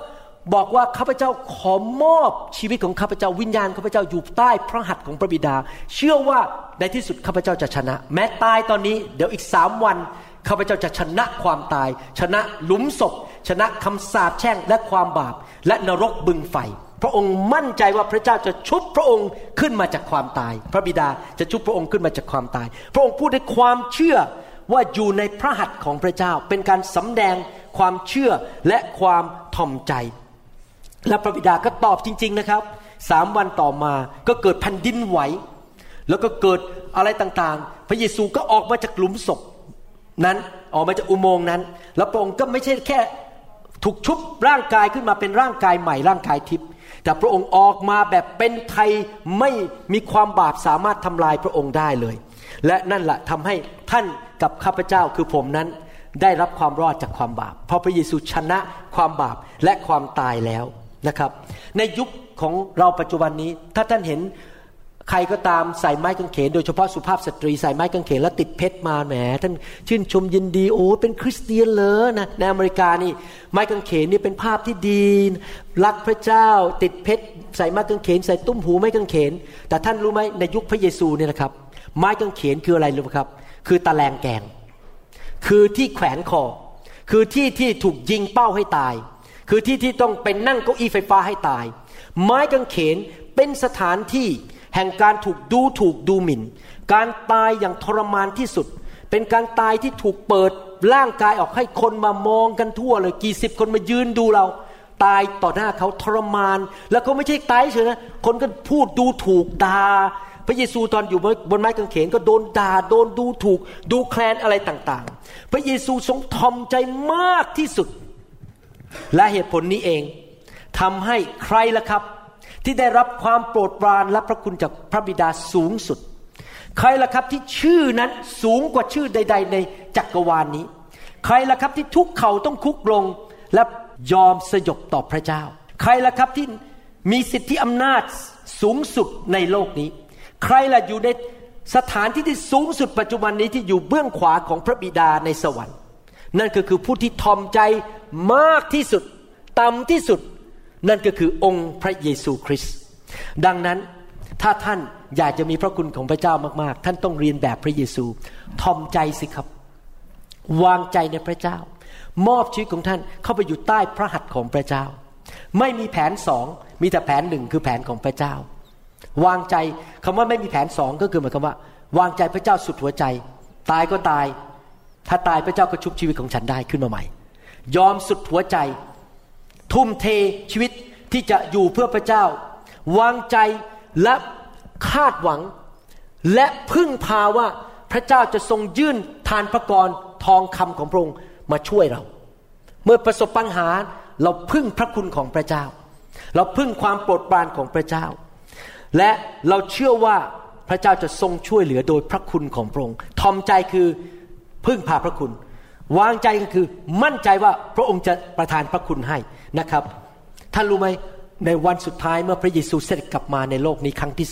บอกว่าข้าพเจ้าขอมอบชีวิตของข้าพเจ้าวิญญาณข้าพเจ้าอยู่ใต้พระหัตถ์ของพระบิดาเชื่อว่าในที่สุดข้าพเจ้าจะชนะแม้ตายตอนนี้เดี๋ยวอีก3 วันข้าพเจ้าจะชนะความตายชนะหลุมศพชนะคำสาปแช่งและความบาปและนรกบึงไฟพระองค์มั่นใจว่าพระเจ้าจะชุบพระองค์ขึ้นมาจากความตายพระบิดาจะชุบพระองค์ขึ้นมาจากความตายพระองค์พูดด้วยความเชื่อว่าอยู่ในพระหัตถ์ของพระเจ้าเป็นการสำแดงความเชื่อและความถ่อมใจและพระบิดาก็ตอบจริงๆนะครับ3 วันต่อมาก็เกิดแผ่นดินไหวแล้วก็เกิดอะไรต่างๆพระเยซูก็ออกมาจากหลุมศพนั้นออกมาจากอุโมงค์นั้นแล้วพระองค์ก็ไม่ใช่แค่ถูกชุบร่างกายขึ้นมาเป็นร่างกายใหม่ร่างกายทิพย์แต่พระองค์ออกมาแบบเป็นไทยไม่มีความบาปสามารถทำลายพระองค์ได้เลยและนั่นแหละทำให้ท่านกับข้าพเจ้าคือผมนั้นได้รับความรอดจากความบาปเพราะพระเยซูชนะความบาปและความตายแล้วนะครับในยุคของเราปัจจุบันนี้ถ้าท่านเห็นใครก็ตามใส่ไม้กางเขนโดยเฉพาะสุภาพสตรีใส่ไม้กางเขนแล้วติดเพชรมาแหมท่านชื่นชมยินดีโอ้เป็นคริสเตียนเลยนะในอเมริกานี่ไม้กางเขนนี่เป็นภาพที่ดีรักพระเจ้าติดเพชรใส่ไม้กางเขนใส่ตุ้มหูไม้กางเขนแต่ท่านรู้ไหมในยุคพระเยซูเนี่ยนะครับไม้กางเขนคืออะไรรู้ไหมครับคือตะแลงแกงคือที่แขวนคอคือที่ที่ถูกยิงเป้าให้ตายคือที่ที่ต้องเป็นนั่งเก้าอี้ไฟฟ้าให้ตายไม้กางเขนเป็นสถานที่แห่งการถูกดูหมิ่นการตายอย่างทรมานที่สุดเป็นการตายที่ถูกเปิดร่างกายออกให้คนมามองกันทั่วเลยกี่สิบคนมายืนดูเราตายต่อหน้าเขาทรมานแล้วก็ไม่ใช่ตายเฉยนะคนก็พูดดูถูกด่าพระเยซูตอนอยู่บนไม้กางเขนก็โดนด่าโดนดูถูกดูแคลนอะไรต่างๆพระเยซูทรงทอมใจมากที่สุดและเหตุผลนี้เองทำให้ใครล่ะครับที่ได้รับความโปรดปรานและพระคุณจากพระบิดาสูงสุดใครล่ะครับที่ชื่อนั้นสูงกว่าชื่อใดๆในจักรวาลนี้ใครล่ะครับที่ทุกเข่าต้องคุกลงและยอมสยบต่อพระเจ้าใครล่ะครับที่มีสิทธิอำนาจสูงสุดในโลกนี้ใครล่ะอยู่ในสถานที่ที่สูงสุดปัจจุบันนี้ที่อยู่เบื้องขวาของพระบิดาในสวรรค์นั่นก็คือผู้ที่ทอมใจมากที่สุดต่ำที่สุดนั่นก็คือองค์พระเยซูคริสต์ดังนั้นถ้าท่านอยากจะมีพระคุณของพระเจ้ามากๆท่านต้องเรียนแบบพระเยซูทอมใจสิครับวางใจในพระเจ้ามอบชีวิตของท่านเข้าไปอยู่ใต้พระหัตถ์ของพระเจ้าไม่มีแผน2มีแต่แผน1คือแผนของพระเจ้าวางใจคำว่าไม่มีแผน2ก็คือหมายความว่าวางใจพระเจ้าสุดหัวใจตายก็ตายถ้าตายพระเจ้าก็ชุบชีวิตของฉันได้ขึ้นมาใหม่ยอมสุดหัวใจทุ่มเทชีวิตที่จะอยู่เพื่อพระเจ้าวางใจและคาดหวังและพึ่งพาว่าพระเจ้าจะทรงยื่นทานพระกรทองคำของพระองค์มาช่วยเราเมื่อประสบปัญหาเราพึ่งพระคุณของพระเจ้าเราพึ่งความโปรดปรานของพระเจ้าและเราเชื่อว่าพระเจ้าจะทรงช่วยเหลือโดยพระคุณของพระองค์ทอมใจคือพึ่งพาพระคุณวางใจก็คือมั่นใจว่าพระองค์จะประทานพระคุณให้นะครับท่านรู้ไหมในวันสุดท้ายเมื่อพระเยซูเสด็จกลับมาในโลกนี้ครั้งที่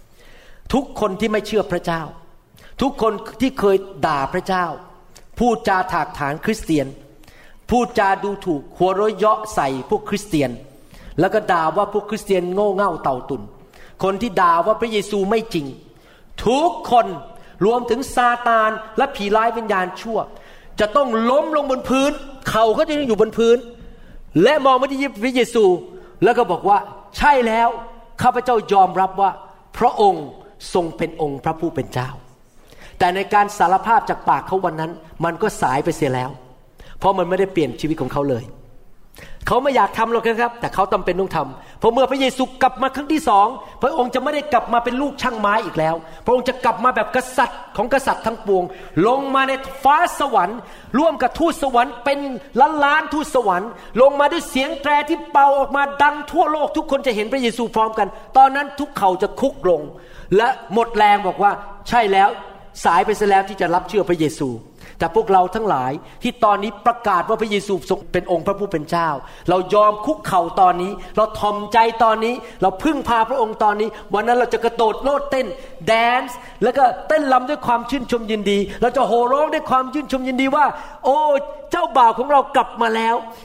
2ทุกคนที่ไม่เชื่อพระเจ้าทุกคนที่เคยด่าพระเจ้าพูดจาถากถางคริสเตียนพูดจาดูถูกหัวเราะเยาะใส่พวกคริสเตียนแล้วก็ด่าว่าพวกคริสเตียนโง่เง่าเต่าตุ่นคนที่ด่าว่าพระเยซูไม่จริงทุกคนรวมถึงซาตานและผีร้ายวิญญาณชั่วจะต้องล้มลงบนพื้นเข่าก็จะอยู่บนพื้นและมองไปที่พระเยซูแล้วก็บอกว่าใช่แล้วข้าพเจ้ายอมรับว่าพระองค์ทรงเป็นองค์พระผู้เป็นเจ้าแต่ในการสารภาพจากปากเขาวันนั้นมันก็สายไปเสียแล้วเพราะมันไม่ได้เปลี่ยนชีวิตของเขาเลยเขาไม่อยากทำหรอกนะครับแต่เขาจำเป็นต้องทำเพราะเมื่อพระเยซูกลับมาครั้งที่2พระองค์จะไม่ได้กลับมาเป็นลูกช่างไม้อีกแล้วพระองค์จะกลับมาแบบกษัตริย์ของกษัตริย์ทั้งปวงลงมาในฟ้าสวรรค์ร่วมกับทูตสวรรค์เป็นล้านๆทูตสวรรค์ลงมาด้วยเสียงแตรที่เป่าออกมาดังทั่วโลกทุกคนจะเห็นพระเยซูพร้อมกันตอนนั้นทุกเข่าจะคุกลงและหมดแรงบอกว่าใช่แล้วสายไปซะแล้วที่จะรับเชื่อพระเยซูแต่พวกเราทั้งหลายที่ตอนนี้ประกาศว่าพระเยซูทรงเป็นองค์พระผู้เป็นเจ้าเรายอมคุกเข่าตอนนี้เราทอมใจตอนนี้เราพึ่งพาพระองค์ตอนนี้วันนั้นเราจะกระโดดโลดเต้นแดนซ์แล้วก็เต้นรำด้วยความชื่นชมยินดีเราจะโห่ร้องด้วยความชื่นชมยินดีว่าโอ้เจ้าบ่าวของเรากลับมาแล้ว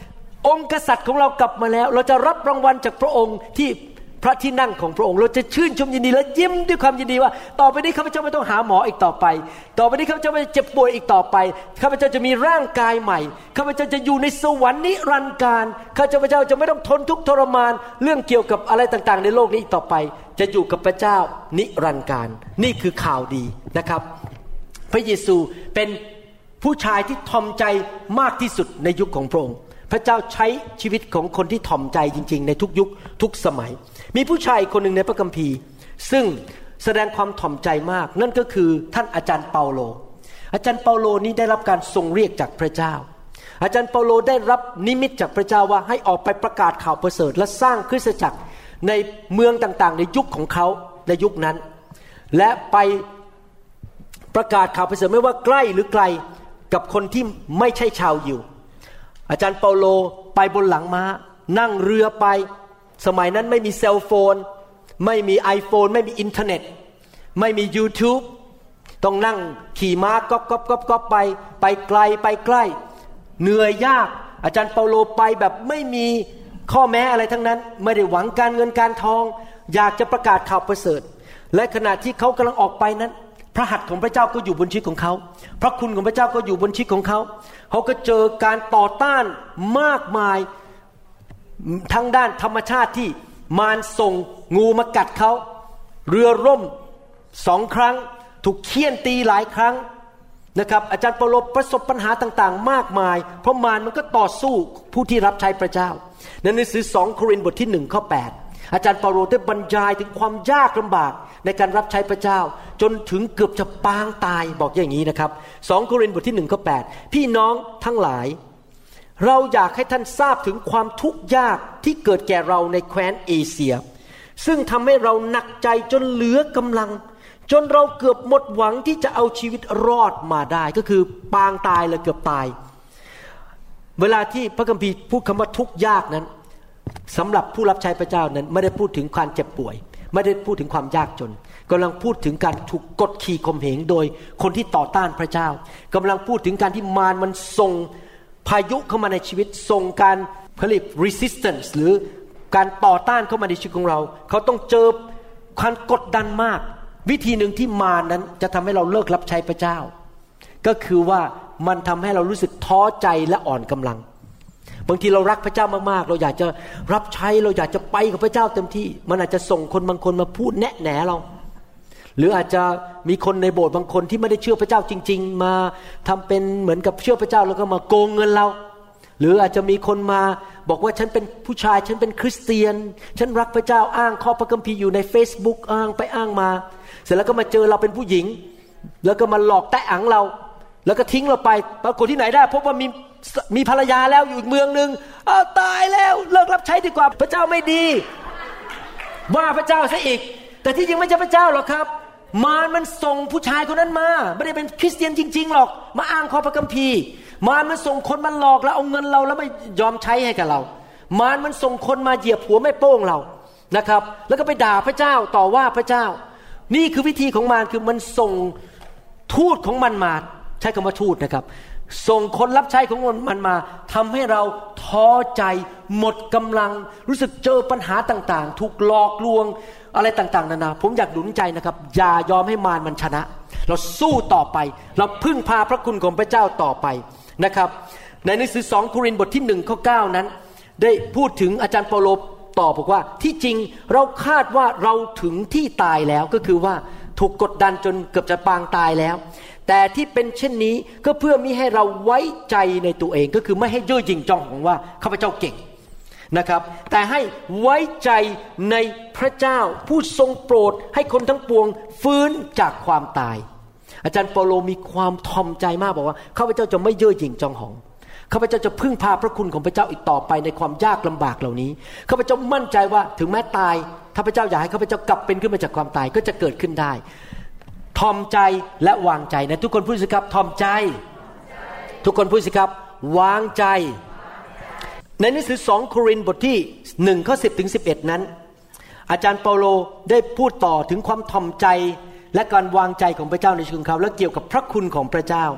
องค์กษัตริย์ของเรากลับมาแล้วเราจะรับรางวัลจากพระองค์ที่พระที่นั่งของพระองค์เราจะชื่นชมยินดีและยิ้มด้วยความยินดีว่าต่อไปนี้ข้าพเจ้าไม่ต้องหาหมออีกต่อไปต่อไปนี้ข้าพเจ้าไม่เจ็บป่วยอีกต่อไปข้าพเจ้าจะมีร่างกายใหม่ข้าพเจ้าจะอยู่ในสวรรค์นิรันดร์การข้าพเจ้าจะไม่ต้องทนทุกข์ทรมานเรื่องเกี่ยวกับอะไรต่างๆในโลกนี้อีกต่อไปจะอยู่กับพระเจ้านิรันดร์การนี่คือข่าวดีนะครับพระเยซูเป็นผู้ชายที่ถ่อมใจมากที่สุดในยุคของพระองค์พระเจ้าใช้ชีวิตของคนที่ถ่อมใจจริงๆในทุกยุคทุกสมัยมีผู้ชายคนหนึ่งในพระคัมภีร์ซึ่งแสดงความถ่อมใจมากนั่นก็คือท่านอาจารย์เปาโลอาจารย์เปาโลนี้ได้รับการทรงเรียกจากพระเจ้าอาจารย์เปาโลได้รับนิมิตจากพระเจ้าว่าให้ออกไปประกาศข่าวประเสริฐและสร้างคริสตจักรในเมืองต่างๆในยุคของเขาในยุคนั้นและไปประกาศข่าวประเสริฐไม่ว่าใกล้หรือไกลกับคนที่ไม่ใช่ชาวยิวอาจารย์เปาโลไปบนหลังม้านั่งเรือไปสมัยนั้นไม่มีเซลโฟนไม่มี iPhone ไม่มีอินเทอร์เน็ตไม่มี YouTube ต้องนั่งขี่ม้าก๊อบๆไปไกลไปใกล้เหนื่อยยากอาจารย์เปาโลไปแบบไม่มีข้อแม้อะไรทั้งนั้นไม่ได้หวังการเงินการทองอยากจะประกาศข่าวประเสริฐและขณะที่เขากำลังออกไปนั้นพระหัตถ์ของพระเจ้าก็อยู่บนชีวิตของเขาพระคุณของพระเจ้าก็อยู่บนชีวิตของเขาเขาก็เจอการต่อต้านมากมายทั้งด้านธรรมชาติที่มารส่งงูมากัดเขาเรือร่ม2 ครั้งถูกเฆี่ยนตีหลายครั้งนะครับอาจารย์เปาโลประสบปัญหาต่างๆมากมายเพราะมารมันก็ต่อสู้ผู้ที่รับใช้พระเจ้าในหนังสือ2 โครินธ์บทที่1ข้อ8อาจารย์เปาโลได้บรรยายถึงความยากลำบากในการรับใช้พระเจ้าจนถึงเกือบจะปางตายบอกอย่างนี้นะครับ2 โครินธ์บทที่1ข้อ8พี่น้องทั้งหลายเราอยากให้ท่านทราบถึงความทุกข์ยากที่เกิดแก่เราในแคว้นเอเชียซึ่งทำให้เราหนักใจจนเหลือกำลังจนเราเกือบหมดหวังที่จะเอาชีวิตรอดมาได้ก็คือปางตายเลยเกือบตายเวลาที่พระคัมภีร์พูดคำว่าทุกข์ยากนั้นสำหรับผู้รับใช้พระเจ้านั้นไม่ได้พูดถึงความเจ็บป่วยไม่ได้พูดถึงความยากจนกำลังพูดถึงการถูกกดขี่ข่มเหงโดยคนที่ต่อต้านพระเจ้ากำลังพูดถึงการที่มารมันส่งพายุเข้ามาในชีวิตส่งการผลิต resistance หรือการต่อต้านเข้ามาในชีวิตของเราเขาต้องเจอความกดดันมากวิธีหนึ่งที่มารนั้นจะทำให้เราเลิกรับใช้พระเจ้าก็คือว่ามันทำให้เรารู้สึกท้อใจและอ่อนกำลังบางทีเรารักพระเจ้ามากๆเราอยากจะรับใช้เราอยากจะไปกับพระเจ้าเต็มที่มันอาจจะส่งคนบางคนมาพูดแนะแหนเราหรืออาจจะมีคนในโบสถ์บางคนที่ไม่ได้เชื่อพระเจ้าจริงๆมาทำเป็นเหมือนกับเชื่อพระเจ้าแล้วก็มาโกงเงินเราหรืออาจจะมีคนมาบอกว่าฉันเป็นผู้ชายฉันเป็นคริสเตียนฉันรักพระเจ้าอ้างข้อพระคัมภีร์อยู่ใน Facebook อ้างไปอ้างมาเสร็จแล้วก็มาเจอเราเป็นผู้หญิงแล้วก็มาหลอกแตะอังเราแล้วก็ทิ้งเราไปปรากฏที่ไหนได้พบว่ามีภรรยาแล้วอยู่อีกเมืองนึงตายแล้วเลิกรับใช้ดีกว่าพระเจ้าไม่ดีว่าพระเจ้าซะอีกแต่ที่จริงไม่ใช่พระเจ้าหรอกครับมารมันส่งผู้ชายคนนั้นมาไม่ได้เป็นคริสเตียนจริงๆหรอกมาอ้างข้อพระคัมภีร์มารมันส่งคนมาหลอกแล้วเอาเงินเราแล้วไม่ยอมใช้ให้กับเรามารมันส่งคนมาเหยียบหัวแม่โป้งเรานะครับแล้วก็ไปด่าพระเจ้าต่อว่าพระเจ้านี่คือวิธีของมารคือมันส่งทูตของมันมาใช้คำว่าทูตนะครับส่งคนรับใช้ของมันมาทำให้เราท้อใจหมดกำลังรู้สึกเจอปัญหาต่างๆถูกหลอกลวงอะไรต่างๆนานาผมอยากหนุนใจนะครับอย่ายอมให้มารมันชนะเราสู้ต่อไปเราพึ่งพาพระคุณของพระเจ้าต่อไปนะครับในหนังสือ2 โครินธ์บทที่1ข้อ9นั้นได้พูดถึงอาจารย์เปาโลตอบบอกว่าที่จริงเราคาดว่าเราถึงที่ตายแล้วก็คือว่าถูกกดดันจนเกือบจะปางตายแล้วแต่ที่เป็นเช่นนี้ก็เพื่อมิให้เราไว้ใจในตัวเองก็คือไม่ให้เย่อหยิ่งจองหองว่าข้าพเจ้าเก่งนะครับแต่ให้ไว้ใจในพระเจ้าผู้ทรงโปรดให้คนทั้งปวงฟื้นจากความตายอาจารย์เปาโลมีความทอมใจมากบอกว่าข้าพเจ้าจะไม่เย่อหยิ่งจองหองข้าพเจ้าจะพึ่งพาพระคุณของพระเจ้าอีกต่อไปในความยากลำบากเหล่านี้ข้าพเจ้ามั่นใจว่าถึงแม้ตายถ้าพระเจ้าอยากให้ข้าพเจ้ากลับเป็นขึ้นมาจากความตายก็จะเกิดขึ้นได้ทอมใจและวางใจนะทุกคนพูดสิครับทอมใจทุกคนพูดสิครับวางใจในหนังสือ2 โครินธ์บทที่1ข้อ10ถึง11นั้นอาจารย์เปาโลได้พูดต่อถึงความทอมใจและการวางใจของพระเจ้าในชีวิตของเขาและเกี่ยวกับพระคุณของพระเจ้า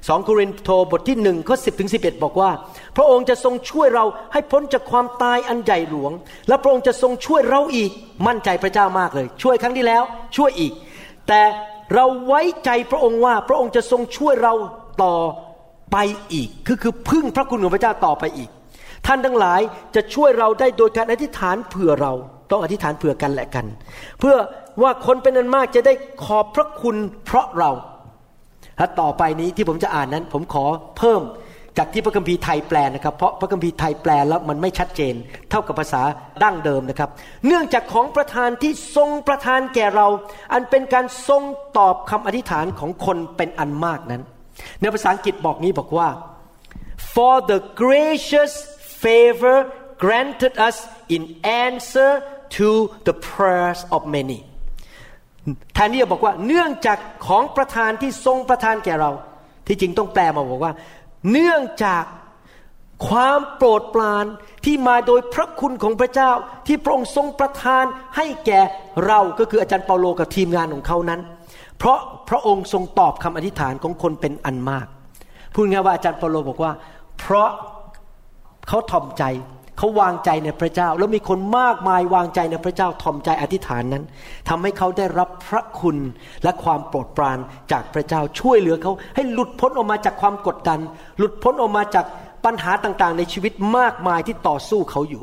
2 โครินธ์บทที่1ข้อ10ถึง11บอกว่าพระองค์จะทรงช่วยเราให้พ้นจากความตายอันใหญ่หลวงและพระองค์จะทรงช่วยเราอีกมั่นใจพระเจ้ามากเลยช่วยครั้งที่แล้วช่วยอีกแต่เราไว้ใจพระองค์ว่าพระองค์จะทรงช่วยเราต่อไปอีกคือพึ่งพระคุณของพระเจ้าต่อไปอีกท่านทั้งหลายจะช่วยเราได้โดยการอธิษฐานเผื่อเราต้องอธิษฐานเผื่อกันและกันเพื่อว่าคนเป็นอันมากจะได้ขอบพระคุณเพราะเราและต่อไปนี้ที่ผมจะอ่านนั้นผมขอเพิ่มจากที่พระคัมภีร์ไทยแปลนะครับเพราะพระคัมภีร์ไทยแปลแล้วมันไม่ชัดเจนเท่ากับภาษาดั้งเดิมนะครับเนื่องจากของประทานที่ทรงประทานแก่เราอันเป็นการทรงตอบคำอธิษฐานของคนเป็นอันมากนั้นในภาษาอังกฤษบอกนี้บอกว่า for the gracious favor granted us in answer to the prayers of many แทนที่จะบอกว่าเนื่องจากของประทานที่ทรงประทานแก่เราที่จริงต้องแปลมาบอกว่าเนื่องจากความโปรดปรานที่มาโดยพระคุณของพระเจ้าที่พระองค์ทรงประทานให้แก่เราก็คืออาจารย์เปาโลกับทีมงานของเขานั้นเพราะพระองค์ทรงตอบคำอธิษฐานของคนเป็นอันมากพูดง่ายว่าอาจารย์เปาโลบอกว่าเพราะเขาถ่อมใจเขาวางใจในพระเจ้าแล้วมีคนมากมายวางใจในพระเจ้าถ่อมใจอธิษฐานนั้นทำให้เขาได้รับพระคุณและความโปรดปรานจากพระเจ้าช่วยเหลือเขาให้หลุดพ้นออกมาจากความกดดันหลุดพ้นออกมาจากปัญหาต่างๆในชีวิตมากมายที่ต่อสู้เขาอยู่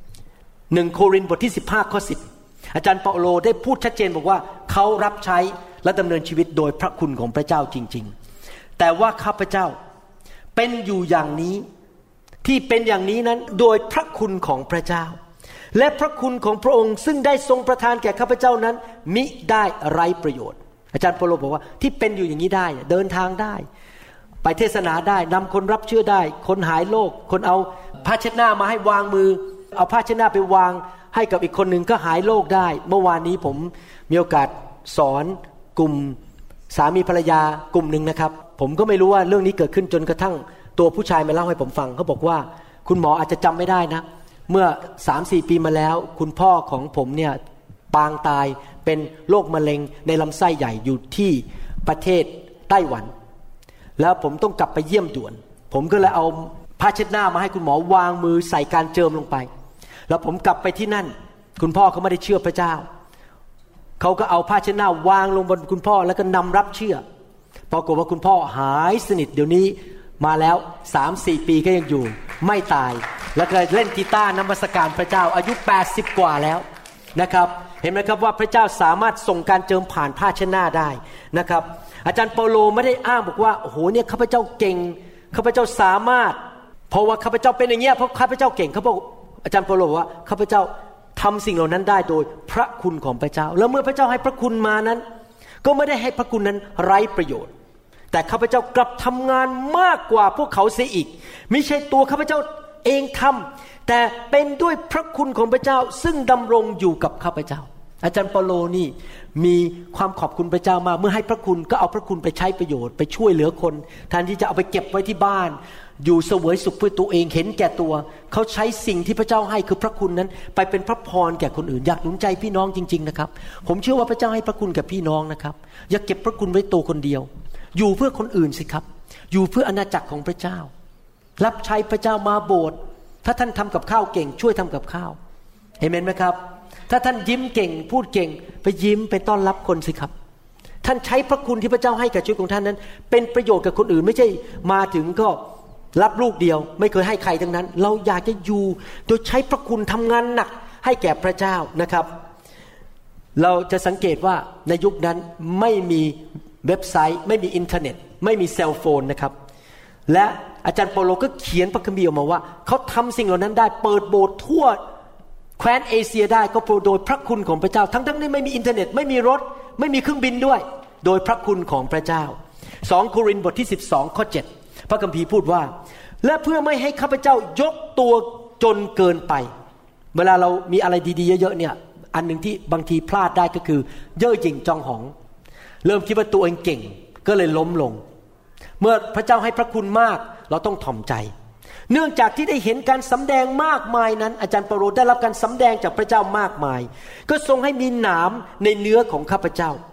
1โครินธ์บทที่15ข้อ10อาจารย์เปาโลได้พูดชัดเจนบอกว่าเขารับใช้และดำเนินชีวิตโดยพระคุณของพระเจ้าจริงๆแต่ว่าข้าพเจ้าเป็นอยู่อย่างนี้ที่เป็นอย่างนี้นั้นโดยพระคุณของพระเจ้าและพระคุณของพระองค์ซึ่งได้ทรงประทานแก่ข้าพเจ้านั้นมิได้ไร้ประโยชน์อาจารย์เปาโลบอกว่าที่เป็นอยู่อย่างนี้ได้เดินทางได้ไปเทศนาได้นำคนรับเชื่อได้คนหายโรคคนเอาผ้าเช็ดหน้ามาให้วางมือเอาผ้าเช็ดหน้าไปวางให้กับอีกคนนึงก็หายโรคได้เมื่อวานนี้ผมมีโอกาสสอนกลุ่มสามีภรรยากลุ่มนึงนะครับผมก็ไม่รู้ว่าเรื่องนี้เกิดขึ้นจนกระทั่งตัวผู้ชายมาเล่าให้ผมฟังเขาบอกว่าคุณหมออาจจะจำไม่ได้นะเมื่อ 3-4 ปีมาแล้วคุณพ่อของผมเนี่ยปางตายเป็นโรคมะเร็งในลำไส้ใหญ่อยู่ที่ประเทศไต้หวันแล้วผมต้องกลับไปเยี่ยมด่วนผมก็เลยเอาผ้าเช็ดหน้ามาให้คุณหมอวางมือใส่การเจิมลงไปแล้วผมกลับไปที่นั่นคุณพ่อเขาไม่ได้เชื่อพระเจ้าเขาก็เอาผ้าเช็ดหน้าวางลงบนคุณพ่อแล้วก็นำรับเชื่อปรากฏว่าคุณพ่อหายสนิทเดี๋ยวนี้มาแล้ว 3-4 ปีก็ยังอยู่ไม่ตายแล้วก็เล่นกีตาร์นมัสการพระเจ้าอายุ80กว่าแล้วนะครับเห็นไหมครับว่าพระเจ้าสามารถส่งการเจิมผ่านผ้าเช็ดหน้าได้นะครับอาจารย์เปาโลไม่ได้อ้างบอกว่าโอ้โหเนี่ยข้าพเจ้าเก่งข้าพเจ้าสามารถเพราะว่าข้าพเจ้าเป็นอย่างเงี้ยเพราะข้าพเจ้าเก่งเขาบอกอาจารย์เปาโลว่าข้าพเจ้าทำสิ่งเหล่านั้นได้โดยพระคุณของพระเจ้าแล้วเมื่อพระเจ้าให้พระคุณมานั้นก็ไม่ได้ให้พระคุณนั้นไร้ประโยชน์แต่ข้าพเจ้ากลับทำงานมากกว่าพวกเขาเสียอีกไม่ใช่ตัวข้าพเจ้าเองทำแต่เป็นด้วยพระคุณของพระเจ้าซึ่งดำรงอยู่กับข้าพเจ้าอาจารย์เปาโลนี่มีความขอบคุณพระเจ้ามากเมื่อให้พระคุณก็เอาพระคุณไปใช้ประโยชน์ไปช่วยเหลือคนแทนที่จะเอาไปเก็บไว้ที่บ้านอยู่เสวยสุขเพื่อตัวเองเห็นแก่ตัวเขาใช้สิ่งที่พระเจ้าให้คือพระคุณนั้นไปเป็นพระพรแก่คนอื่นอยากหนุนใจพี่น้องจริงๆนะครับผมเชื่อว่าพระเจ้าให้พระคุณกับพี่น้องนะครับอย่าเก็บพระคุณไว้ตัวคนเดียวอยู่เพื่อคนอื่นสิครับอยู่เพื่ออาณาจักรของพระเจ้ารับใช้พระเจ้ามาโบสถ์ถ้าท่านทำกับข้าวเก่งช่วยทำกับข้าวเอเมนไหมครับถ้าท่านยิ้มเก่งพูดเก่งไปยิ้มไปต้อนรับคนสิครับท่านใช้พระคุณที่พระเจ้าให้กับชีวิตของท่านนั้นเป็นประโยชน์กับคนอื่นไม่ใช่มาถึงก็รับลูกเดียวไม่เคยให้ใครทั้งนั้นเราอยากจะอยู่โดยใช้พระคุณทำงานหนักให้แก่พระเจ้านะครับเราจะสังเกตว่าในยุคนั้นไม่มีเว็บไซต์ไม่มีอินเทอร์เน็ตไม่มีเซลโฟนนะครับและอาจารย์เปาโลก็เขียนพระคัมภีร์ออกมาว่าเขาทำสิ่งเหล่านั้นได้เปิดโบสถ์ทั่วแคว้นเอเชียได้ก็โดยพระคุณของพระเจ้าทั้งที่ไม่มีอินเทอร์เน็ตไม่มีรถไม่มีเครื่องบินด้วยโดยพระคุณของพระเจ้า2โครินธ์บทที่12ข้อ7พระคัมภีร์พูดว่าและเพื่อไม่ให้ข้าพเจ้ายกตัวจนเกินไปเวลาเรามีอะไรดีๆเยอะๆเนี่ยอันนึงที่บางทีพลาดได้ก็คือเย่อหยิ่งจองหองเริ่มคิดว่าตัวเองเก่งก็เลยล้มลงเมื่อพระเจ้าให้พระคุณมากเราต้องถ่อมใจเนื่องจากที่ได้เห็นการสำแดงมากมายนั้นอาจารย์เปาโลได้รับการสำแดงจากพระเจ้ามากมายก็ทรงให้มีหนามในเนื้อของข้าพเจ้า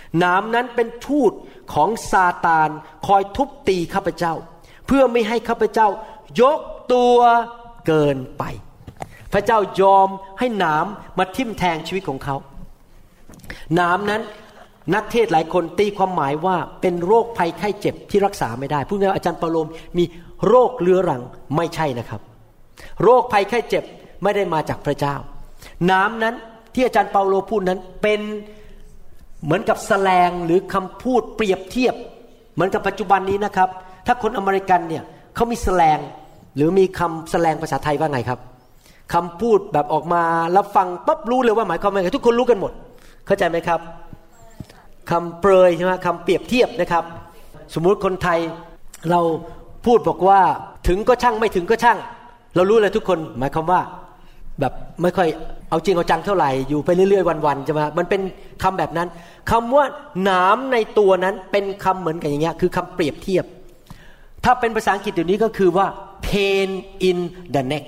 หนามนั้นเป็นทูตของซาตานคอยทุบตีข้าพเจ้าเพื่อไม่ให้ข้าพเจ้ายกตัวเกินไปพระเจ้ายอมให้หนามมาทิ่มแทงชีวิตของเขาหนามนั้นนักเทศหลายคนตีความหมายว่าเป็นโรคภัยไข้เจ็บที่รักษาไม่ได้พูดง่ายๆอาจารย์เปาโลมีโรคเรื้อรังไม่ใช่นะครับโรคภัยไข้เจ็บไม่ได้มาจากพระเจ้าหนามนั้นที่อาจารย์เปาโลพูดนั้นเป็นเหมือนกับแสลงหรือคำพูดเปรียบเทียบเหมือนกับปัจจุบันนี้นะครับถ้าคนอเมริกันเนี่ยเขามีแสลงหรือมีคำแสลงภาษาไทยว่าไงครับคำพูดแบบออกมาแล้วฟังปั๊บรู้เลยว่าหมายความว่าไงทุกคนรู้กันหมดเข้าใจไหมครับคำเปรยใช่ไหมคำเปรียบเทียบนะครับสมมุติคนไทยเราพูดบอกว่าถึงก็ช่างไม่ถึงก็ช่างเรารู้เลยทุกคนหมายความว่าแบบไม่ค่อยเอาจริงเอาจังเท่าไหร่อยู่ไปเรื่อยๆวันๆใช่ไหมมันเป็นคำแบบนั้นคำว่าหนามในตัวนั้นเป็นคำเหมือนกันอย่างเงี้ยคือคำเปรียบเทียบถ้าเป็นภาษาอังกฤษเดี๋ยวนี้ก็คือว่า pain in the neck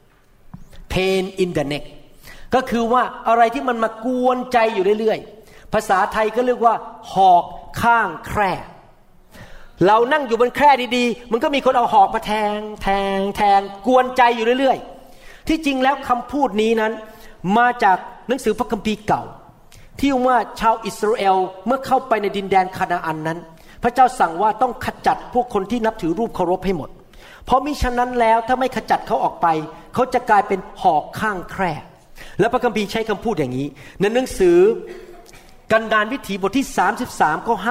pain in the neck ก็คือว่าอะไรที่มันมากวนใจอยู่เรื่อยๆภาษาไทยก็เรียกว่าหอกข้างแคร่เรานั่งอยู่บนแคร่ดีๆมันก็มีคนเอาหอกมาแทงกวนใจอยู่เรื่อยๆที่จริงแล้วคำพูดนี้นั้นมาจากหนังสือพระคัมภีร์เก่าที่ว่าชาวอิสราเอลเมื่อเข้าไปในดินแดนคานาอันนั้นพระเจ้าสั่งว่าต้องขจัดพวกคนที่นับถือรูปเคารพให้หมดเพราะมิฉะนั้นแล้วถ้าไม่ขจัดเขาออกไปเขาจะกลายเป็นหอกข้างแคร่และพระคัมภีร์ใช้คำพูดอย่างนี้ในหนังสือกันดารวิถีบทที่33ข้อ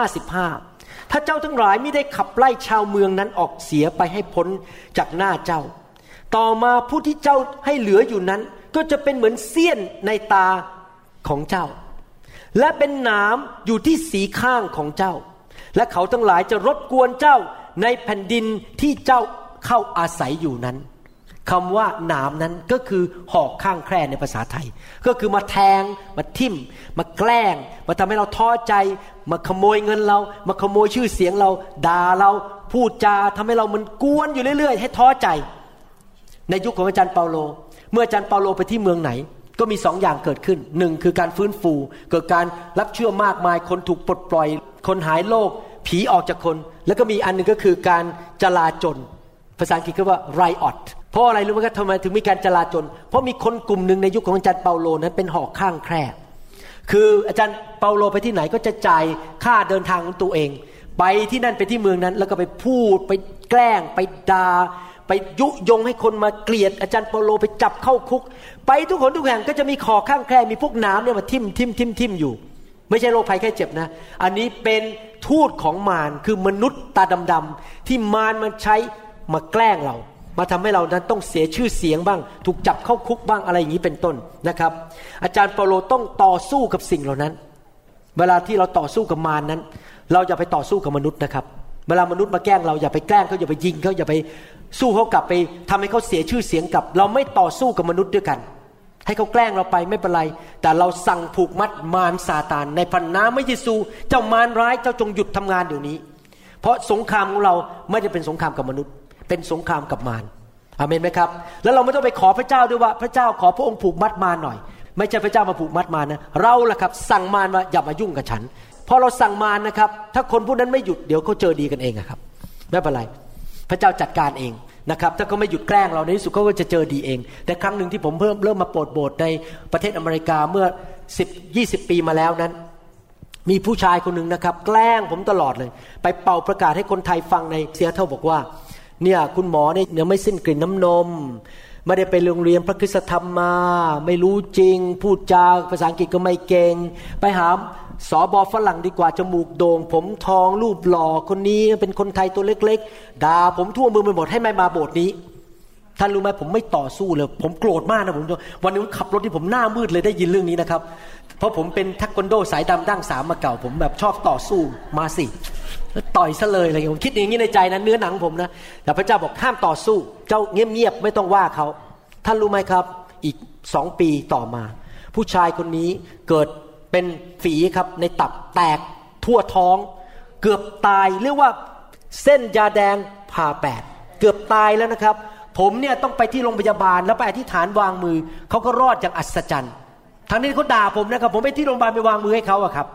55ถ้าเจ้าทั้งหลายไม่ได้ขับไล่ชาวเมืองนั้นออกเสียไปให้พ้นจากหน้าเจ้าต่อมาผู้ที่เจ้าให้เหลืออยู่นั้นก็จะเป็นเหมือนเสี้ยนในตาของเจ้าและเป็นหนามอยู่ที่สีข้างของเจ้าและเขาทั้งหลายจะรบกวนเจ้าในแผ่นดินที่เจ้าเข้าอาศัยอยู่นั้นคำว่าหนามนั้นก็คือหอกข้างแคร่ในภาษาไทยก็คือมาแทงมาทิ่มมาแกล้งมาทำให้เราท้อใจมาขโมยเงินเรามาขโมยชื่อเสียงเราด่าเราพูดจาทำให้เรามันกวนอยู่เรื่อยๆให้ท้อใจในยุคของอาจารย์เปาโลเมื่ออาจารย์เปาโลไปที่เมืองไหนก็มี2 อย่างเกิดขึ้น1คือการฟื้นฟูเกิดการรับเชื่อมากมายคนถูกปลดปล่อยคนหายโรคผีออกจากคนแล้วก็มีอันนึงก็คือการจลาจลภาษาอังกฤษเรียกว่า riot เพราะอะไรรู้ไหมครับทำไมถึงมีการจลาจลเพราะมีคนกลุ่มหนึ่งในยุคของอาจารย์เปาโลนั้นเป็นหอกข้างแคร่คืออาจารย์เปาโลไปที่ไหนก็จะจ่ายค่าเดินทางของตัวเองไปที่นั่นไปที่เมืองนั้นแล้วก็ไปพูดไปแกล้งไปด่าไปยุยงให้คนมาเกลียดอาจารย์เปาโลไปจับเข้าคุกไปทุกคนทุกแห่งก็จะมีขอข้างแคร่มีพวกน้ำเนี่ยมาทิ่มอยู่ไม่ใช่โรคภัยแค่เจ็บนะอันนี้เป็นทูตของมารคือมนุษย์ตาดำๆที่มารมันใช้มาแกล้งเรามาทำให้เรานั้นต้องเสียชื่อเสียงบ้างถูกจับเข้าคุกบ้างอะไรอย่างนี้เป็นต้นนะครับอาจารย์เปาโลต้องต่อสู้กับสิ่งเหล่านั้นเวลาที่เราต่อสู้กับมารนั้นเราอย่าไปต่อสู้กับมนุษย์นะครับเวลามนุษย์มาแกล้งเราอย่าไปแกล้งเขาอย่าไปยิงเขาอย่าไปสู้เขากลับไปทำให้เขาเสียชื่อเสียงกลับเราไม่ต่อสู้กับมนุษย์ด้วยกันให้เขาแกล้งเราไปไม่เป็นไรแต่เราสั่งผูกมัดมารซาตานในพระนามพระเยซูเจ้ามารร้ายเจ้าจงหยุดทำงานเดี๋ยวนี้เพราะสงครามของเราไม่ได้เป็นสงครามกับมนุษย์เป็นสงครามกับมารอาเมนไหมครับแล้วเราไม่ต้องไปขอพระเจ้าด้วยว่าพระเจ้าขอพระองค์ผูกมัดมารหน่อยไม่ใช่พระเจ้ามาผูกมัดมารนะเราล่ะครับสั่งมารว่าอย่ามายุ่งกับฉันพอเราสั่งมารนะครับถ้าคนพวกนั้นไม่หยุดเดี๋ยวเขาเจอดีกันเองครับไม่เป็นไรพระเจ้าจัดการเองนะครับถ้าเขาไม่หยุดแกล้งเราในที่สุดเขาก็จะเจอดีเองแต่ครั้งหนึ่งที่ผมเริ่มมาโปรดโบสถ์ในประเทศอเมริกาเมื่อ10-20 ปีมาแล้วนั้นมีผู้ชายคนหนึ่งนะครับแกล้งผมตลอดเลยไปเป่าประกาศให้คนไทยฟังในซีแอตเทิลบอกว่าเนี่ยคุณหมอเนี่ยยังไม่สิ้นกลิ่นน้ำนมไม่ได้ไปโรงเรียนพระคริสตธรรมมาไม่รู้จริงพูดจาภาษาอังกฤษก็ไม่เก่งไปหาสบฝรั่งดีกว่าจมูกโด่งผมทองรูปหล่อคนนี้เป็นคนไทยตัวเล็กๆด่าผมทั่วเมืองไปหมดให้ไม่มาโบสถ์นี้ท่านรู้ไหมผมไม่ต่อสู้เลยผมโกรธมากนะผมวันนึงขับรถที่ผมหน้ามืดเลยได้ยินเรื่องนี้นะครับเพราะผมเป็นเทควันโดสายดำดั้ง3มาเก่าผมแบบชอบต่อสู้มาสิแล้วต่อยซะเลยอะไรอย่างเงี้ยผมคิดอย่างนี้ในใจนะเนื้อหนังผมนะแต่พระเจ้าบอกห้ามต่อสู้เจ้าเงียบๆไม่ต้องว่าเขาท่านรู้ไหมครับอีก2 ปีต่อมาผู้ชายคนนี้เกิดเป็นฝีครับในตับแตกทั่วท้องเกือบตายเรียกว่าเส้นยาแดงผ่าแปดเกือบตายแล้วนะครับผมเนี่ยต้องไปที่โรงพยาบาลแล้วไปอธิษฐานวางมือเขาก็รอดอย่างอัศจรรย์ทั้งนี้เขาด่าผมนะครับผมไปที่โรงพยาบาลไปวางมือให้เขาอะครับ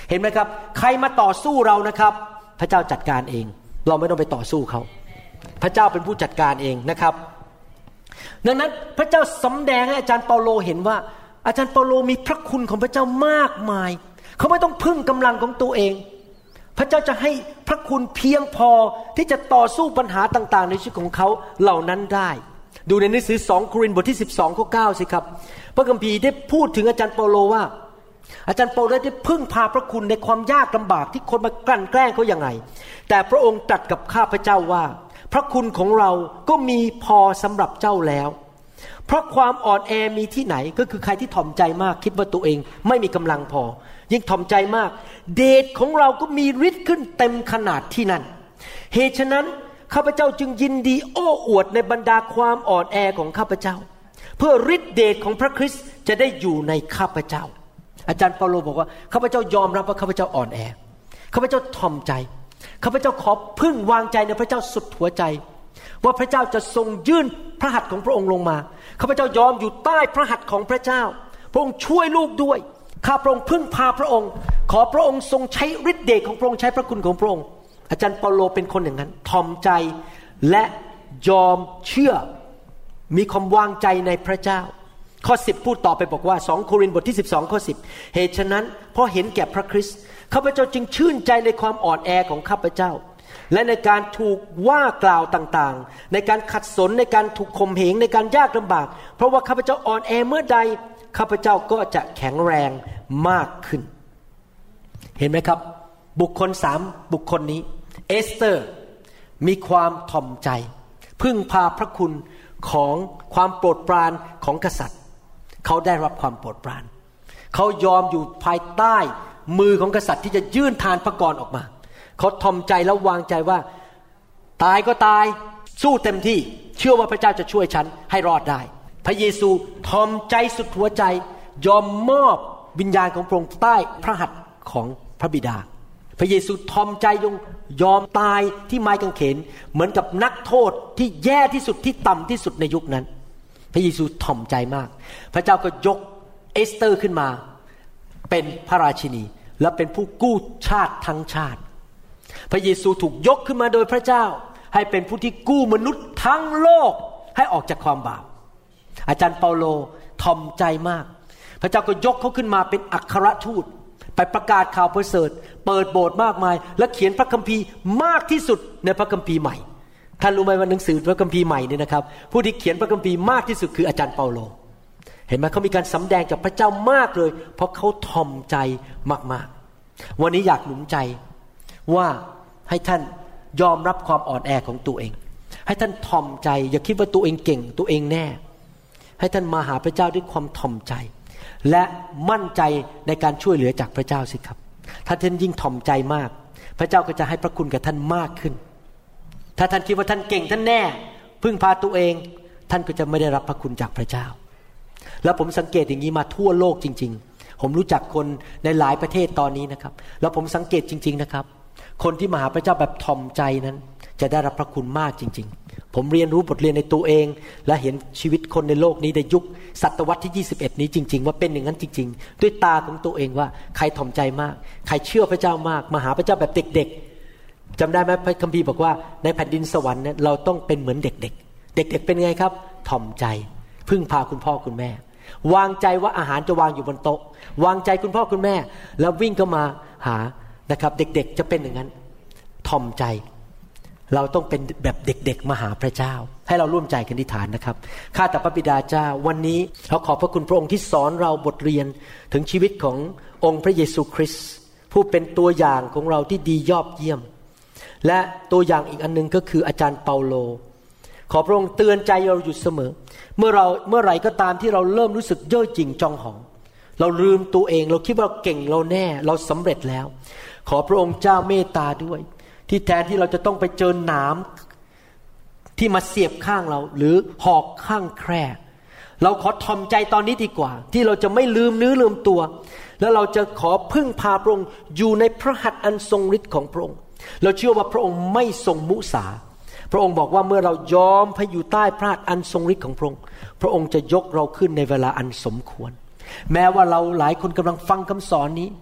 เห็นไหมครับใครมาต่อสู้เรานะครับพระเจ้าจัดการเองเราไม่ต้องไปต่อสู้เขาพระเจ้าเป็นผู้จัดการเองนะครับดังนั้นพระเจ้าสำแดงให้อาจารย์เปาโลเห็นว่าอาจารย์เปาโลมีพระคุณของพระเจ้ามากมายเขาไม่ต้องพึ่งกำลังของตัวเองพระเจ้าจะให้พระคุณเพียงพอที่จะต่อสู้ปัญหาต่างๆในชีวิตของเขาเหล่านั้นได้ดูในหนังสือ2 โครินธ์บทที่12ข้อ9สิครับพระคัมภีร์ได้พูดถึงอาจารย์เปาโลว่าอาจารย์เปาโลได้พึ่งพาพระคุณในความยากลำบากที่คนมากลั่นแกล้งเขาอย่างไรแต่พระองค์ตรัสกับข้าพเจ้าว่าพระคุณของเราก็มีพอสำหรับเจ้าแล้วเพราะความอ่อนแอมีที่ไหนก็คือใครที่ถ่อมใจมากคิดว่าตัวเองไม่มีกำลังพอยิ่งถ่อมใจมากเดชของเราก็มีฤทธิ์ขึ้นเต็มขนาดที่นั่นเหตุฉะนั้นข้าพเจ้าจึงยินดีโอ้อวดในบรรดาความอ่อนแอของข้าพเจ้าเพื่อฤทธิ์เดชของพระคริสต์จะได้อยู่ในข้าพเจ้าอาจารย์เปาโลบอกว่าข้าพเจ้ายอมรับว่าข้าพเจ้าอ่อนแอข้าพเจ้าถ่อมใจข้าพเจ้าขอพึ่งวางใจในพระเจ้าสุดหัวใจว่าพระเจ้าจะทรงยื่นพระหัตถ์ของพระองค์ลงมาข้าพเจ้ายอมอยู่ใต้พระหัตถ์ของพระเจ้าพระองค์ช่วยลูกด้วยข้าพระองค์พึ่งพาพระองค์ขอพระองค์ทรงใช้ฤทธิ์เดชของพระองค์ใช้พระคุณของพระองค์อาจารย์เปาโลเป็นคนอย่างนั้นถ่อมใจและยอมเชื่อมีความวางใจในพระเจ้าข้อ10พูดต่อไปบอกว่า2 โครินธ์บทที่12ข้อ10เหตุฉะนั้นเพราะเห็นแก่พระคริสต์ข้าพเจ้าจึงชื่นใจในความอ่อนแอของข้าพเจ้าและในการถูกว่ากล่าวต่างๆในการขัดสนในการถูกข่มเหงในการยากลำบากเพราะว่าข้าพเจ้าอ่อนแอเมื่อใดข้าพเจ้าก็จะแข็งแรงมากขึ้นเห็นไหมครับบุคคล3บุคคลนี้เอสเตอร์มีความถ่อมใจพึ่งพาพระคุณของความโปรดปรานของกษัตริย์เขาได้รับความโปรดปรานเขายอมอยู่ภายใต้มือของกษัตริย์ที่จะยื่นทานพระกรออกมาเขาถ่อมใจแล้ววางใจว่าตายก็ตายสู้เต็มที่เชื่อว่าพระเจ้าจะช่วยฉันให้รอดได้พระเยซูถ่อมใจสุดหัวใจยอมมอบวิญญาณของพระองค์ใต้พระหัตถ์ของพระบิดาพระเยซูถ่อมใจยอมตายที่ไม้กางเขนเหมือนกับนักโทษที่แย่ที่สุดที่ต่ำที่สุดในยุคนั้นพระเยซูถ่อมใจมากพระเจ้าก็ยกเอสเตอร์ขึ้นมาเป็นพระราชินีและเป็นผู้กู้ชาติทั้งชาติพระเยซูถูกยกขึ้นมาโดยพระเจ้าให้เป็นผู้ที่กู้มนุษย์ทั้งโลกให้ออกจากความบาปอาจารย์เปาโลถ่อมใจมากพระเจ้าก็ยกเขาขึ้นมาเป็นอัครทูตไปประกาศข่าวประเสริฐเปิดโบสถ์มากมายและเขียนพระคัมภีร์มากที่สุดในพระคัมภีร์ใหม่ท่านรู้ไหมว่าหนังสือพระคัมภีร์ใหม่เนี่ยนะครับผู้ที่เขียนพระคัมภีร์มากที่สุดคืออาจารย์เปาโลเห็นไหมเขามีการสำแดงจากพระเจ้ามากเลยเพราะเขาถ่อมใจมากๆวันนี้อยากหนุนใจว่าให้ท่านยอมรับความอ่อนแอของตัวเองให้ท่านถ่อมใจอย่าคิดว่าตัวเองเก่งตัวเองแน่ให้ท่านมาหาพระเจ้าด้วยความถ่อมใจและมั่นใจในการช่วยเหลือจากพระเจ้าสิครับถ้าท่านยิ่งถ่อมใจมากพระเจ้าก็จะให้พระคุณกับท่านมากขึ้นถ้าท่านคิดว่าท่านเก่งท่านแน่พึ่งพาตัวเองท่านก็จะไม่ได้รับพระคุณจากพระเจ้าแล้วผมสังเกตอย่างนี้มาทั่วโลกจริงๆผมรู้จักคนในหลายประเทศตอนนี้นะครับแล้วผมสังเกตจริงๆนะครับคนที่มาหาพระเจ้าแบบถ่อมใจนั้นจะได้รับพระคุณมากจริงๆผมเรียนรู้บทเรียนในตัวเองและเห็นชีวิตคนในโลกนี้ในยุคศตวรรษที่21นี้จริงๆว่าเป็นอย่างนั้นจริงๆด้วยตาของตัวเองว่าใครถ่อมใจมากใครเชื่อพระเจ้ามากมาหาพระเจ้าแบบเด็กๆจำได้ไหมพระคัมภีร์บอกว่าในแผ่นดินสวรรค์เนี่ยเราต้องเป็นเหมือนเด็กๆเด็กๆเป็นไงครับถ่อมใจพึ่งพาคุณพ่อคุณแม่วางใจว่าอาหารจะวางอยู่บนโต๊ะวางใจคุณพ่อคุณแม่แล้ววิ่งเข้ามาหานะครับเด็กๆจะเป็นอย่างนั้นถ่อมใจเราต้องเป็นแบบเด็กๆมาหาพระเจ้าให้เราร่วมใจกันอธิษฐานนะครับข้าแต่พระบิดาเจ้าวันนี้เราขอบพระคุณพระองค์ที่สอนเราบทเรียนถึงชีวิตขององค์พระเยซูคริสต์ผู้เป็นตัวอย่างของเราที่ดียอดเยี่ยมและตัวอย่างอีกอันนึงก็คืออาจารย์เปาโลขอพระองค์เตือนใจเราอยู่เสมอเมื่อไหร่ก็ตามที่เราเริ่มรู้สึกเย่อหยิ่งจองหองเราลืมตัวเองเราคิดว่าเราเก่งเราแน่เราสำเร็จแล้วขอพระองค์เจ้าเมตตาด้วยที่แทนที่เราจะต้องไปเจอหนามที่มาเสียบข้างเราหรือหอกข้างแคร่เราขอทอมใจตอนนี้ดีกว่าที่เราจะไม่ลืมเนื้อลืมตัวแล้วเราจะขอพึ่งพาพระองค์อยู่ในพระหัตถ์อันทรงฤทธิ์ของพระองค์เราเชื่อว่าพระองค์ไม่ทรงมุสาพระองค์บอกว่าเมื่อเรายอมพอยู่ใต้พระหัตถ์อันทรงฤทธิ์ของพระองค์พระองค์จะยกเราขึ้นในเวลาอันสมควรแม้ว่าเราหลายคนกำลังฟังคำสอนนี้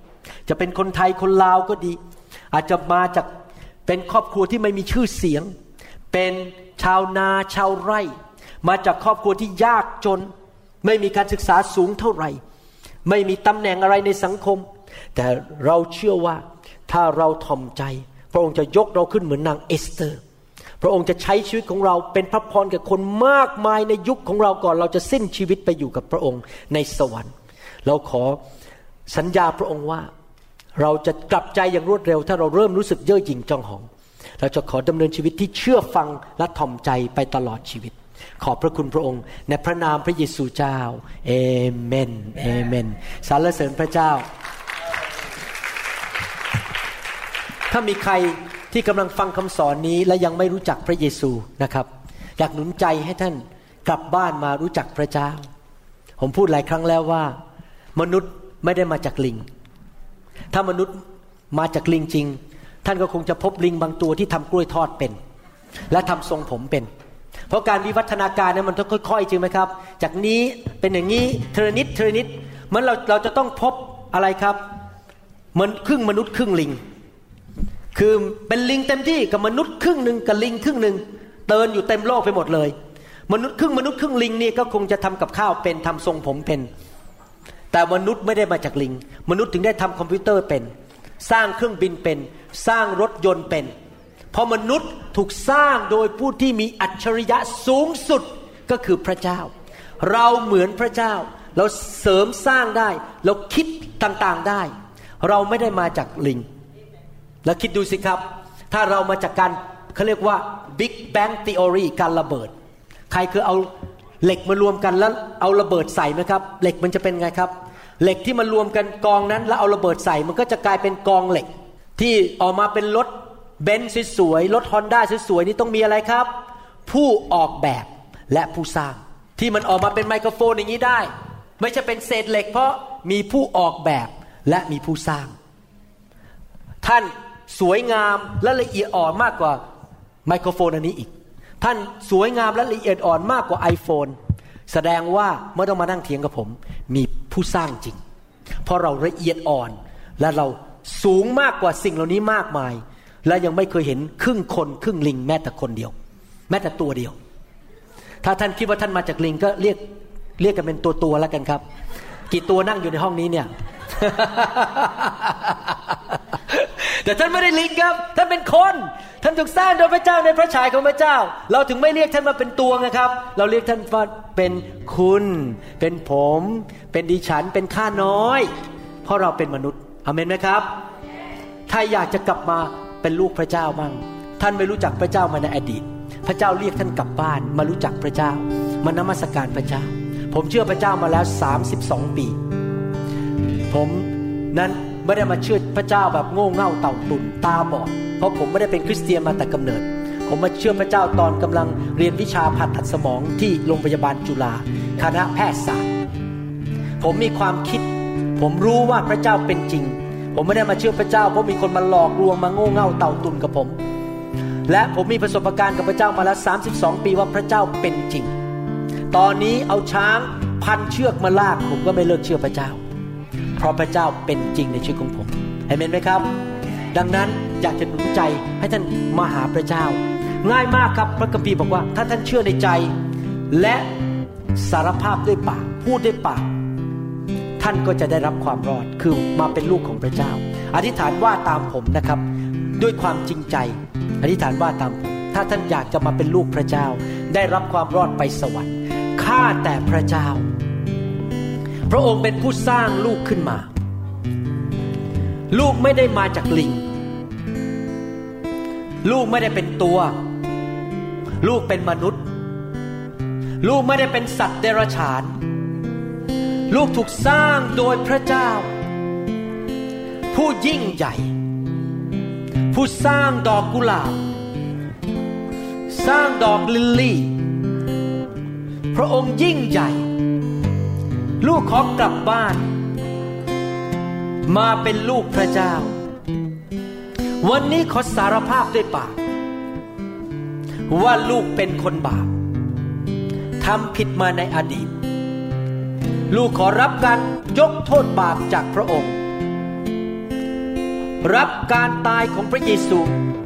จะเป็นคนไทยคนลาวก็ดีอาจจะมาจากเป็นครอบครัวที่ไม่มีชื่อเสียงเป็นชาวนาชาวไร่มาจากครอบครัวที่ยากจนไม่มีการศึกษาสูงเท่าไหร่ไม่มีตำแหน่งอะไรในสังคมแต่เราเชื่อว่าถ้าเราถ่อมใจพระองค์จะยกเราขึ้นเหมือนนางเอสเตอร์พระองค์จะใช้ชีวิตของเราเป็นพระพรแก่คนมากมายในยุคของเราก่อนเราจะสิ้นชีวิตไปอยู่กับพระองค์ในสวรรค์เราขอสัญญาพระองค์ว่าเราจะกลับใจอย่างรวดเร็วถ้าเราเริ่มรู้สึกเย่อหยิ่งจองหองเราจะขอดำเนินชีวิตที่เชื่อฟังและถ่อมใจไปตลอดชีวิตขอบพระคุณพระองค์ในพระนามพระเยซูเจ้าเอเมนเอเมนสรรเสริญพระเจ้าถ้ามีใครที่กำลังฟังคำสอนนี้และยังไม่รู้จักพระเยซูนะครับอยากหนุนใจให้ท่านกลับบ้านมารู้จักพระเจ้าผมพูดหลายครั้งแล้วว่ามนุษย์ไม่ได้มาจากลิงถ้ามนุษย์มาจากลิงจริงท่านก็คงจะพบลิงบางตัวที่ทำกล้วยทอดเป็นและทำทรงผมเป็นเพราะการวิวัฒนาการนั้นมันต้องค่อยๆจริงไหมครับจากนี้เป็นอย่างนี้เทอนิดเทอนิดมันเราจะต้องพบอะไรครับมันครึ่งมนุษย์ครึ่งลิงคือเป็นลิงเต็มที่กับมนุษย์ครึ่งนึงกับลิงครึ่งนึงเดินอยู่เต็มโลกไปหมดเลยมนุษย์ครึ่งลิงนี่ก็คงจะทำกับข้าวเป็นทำทรงผมเป็นแต่มนุษย์ไม่ได้มาจากลิงมนุษย์ถึงได้ทำคอมพิวเตอร์เป็นสร้างเครื่องบินเป็นสร้างรถยนต์เป็นเพราะมนุษย์ถูกสร้างโดยผู้ที่มีอัจฉริยะสูงสุดก็คือพระเจ้าเราเหมือนพระเจ้าเราเสริมสร้างได้เราคิดต่างๆได้เราไม่ได้มาจากลิงแล้วคิดดูสิครับถ้าเรามาจากการเขาเรียกว่า Big Bang Theory การระเบิดใครเคยเอาเหล็กมารวมกันแล้วเอาระเบิดใส่ไหมครับเหล็กมันจะเป็นไงครับเหล็กที่มารวมกันกองนั้นแล้วเอาระเบิดใส่มันก็จะกลายเป็นกองเหล็กที่ออกมาเป็นรถเบนซ์สวยๆรถฮอนด้าสวยๆนี่ต้องมีอะไรครับผู้ออกแบบและผู้สร้างที่มันออกมาเป็นไมโครโฟนอย่างนี้ได้ไม่ใช่เป็นเศษเหล็กเพราะมีผู้ออกแบบและมีผู้สร้างท่านสวยงามและละเอียดอ่อนมากกว่าไมโครโฟนอันนี้อีกท่านสวยงามและละเอียดอ่อนมากกว่า iPhone แสดงว่าไม่ต้องมานั่งเถียงกับผมมีผู้สร้างจริงเพราะเราละเอียดอ่อนและเราสูงมากกว่าสิ่งเหล่านี้มากมายและยังไม่เคยเห็นครึ่งคนครึ่งลิงแม้แต่คนเดียวแม้แต่ตัวเดียวถ้าท่านคิดว่าท่านมาจากลิงก็เรียกกันเป็นตัวแล้วกันครับกี่ตัวนั่งอยู่ในห้องนี้เนี่ยแต่ท่านไม่ได้ลิงครับท่านเป็นคนท่านถูกสร้างโดยพระเจ้าในพระฉายของพระเจ้าเราถึงไม่เรียกท่านมาเป็นตัวนะครับเราเรียกท่านว่าเป็นคุณเป็นผมเป็นดิฉันเป็นข้าน้อยเพราะเราเป็นมนุษย์อาเมนไหมครับถ้าอยากจะกลับมาเป็นลูกพระเจ้ามั่งท่านไม่รู้จักพระเจ้ามาในอดีตพระเจ้าเรียกท่านกลับบ้านมารู้จักพระเจ้ามานมัสการพระเจ้าผมเชื่อพระเจ้ามาแล้ว32ปีผมนั้นไม่ได้มาเชื่อพระเจ้าแบบโง่เง่าเต่าตุ่นตาบอดเพราะผมไม่ได้เป็นคริสเตียนมาแต่กำเนิดผมมาเชื่อพระเจ้าตอนกำลังเรียนวิชาผ่าตัดสมองที่โรงพยาบาลจุฬาคณะแพทยศาสตร์ผมมีความคิดผมรู้ว่าพระเจ้าเป็นจริงผมไม่ได้มาเชื่อพระเจ้าเพราะมีคนมาหลอกลวงมาโง่เง่าเต่าตุ่นกับผมและผมมีประสบการณ์กับพระเจ้ามาแล้ว32ปีว่าพระเจ้าเป็นจริงตอนนี้เอาช้างพันเชือกมาลากผมก็ไม่เลิกเชื่อพระเจ้าเพราะพระเจ้าเป็นจริงในชีวิตของผมอาเมนไหมครับดังนั้นอยากจะหนุนใจให้ท่านมาหาพระเจ้าง่ายมากครับพระคัมภีร์บอกว่าถ้าท่านเชื่อในใจและสารภาพด้วยปากพูดด้วยปากท่านก็จะได้รับความรอดคือมาเป็นลูกของพระเจ้าอธิษฐานว่าตามผมนะครับด้วยความจริงใจอธิษฐานว่าตามผมถ้าท่านอยากจะมาเป็นลูกพระเจ้าได้รับความรอดไปสวรรค์ข้าแต่พระเจ้าพระองค์เป็นผู้สร้างลูกขึ้นมาลูกไม่ได้มาจากลิงลูกไม่ได้เป็นตัวลูกเป็นมนุษย์ลูกไม่ได้เป็นสัตว์เดรัจฉานลูกถูกสร้างโดยพระเจ้าผู้ยิ่งใหญ่ผู้สร้างดอกกุหลาบสร้างดอกลิลลี่พระองค์ยิ่งใหญ่ลูกขอกลับบ้านมาเป็นลูกพระเจ้าวันนี้ขอสารภาพด้วยปากว่าลูกเป็นคนบาปทำผิดมาในอดีตลูกขอรับการยกโทษบาปจากพระองค์รับการตายของพระเยซู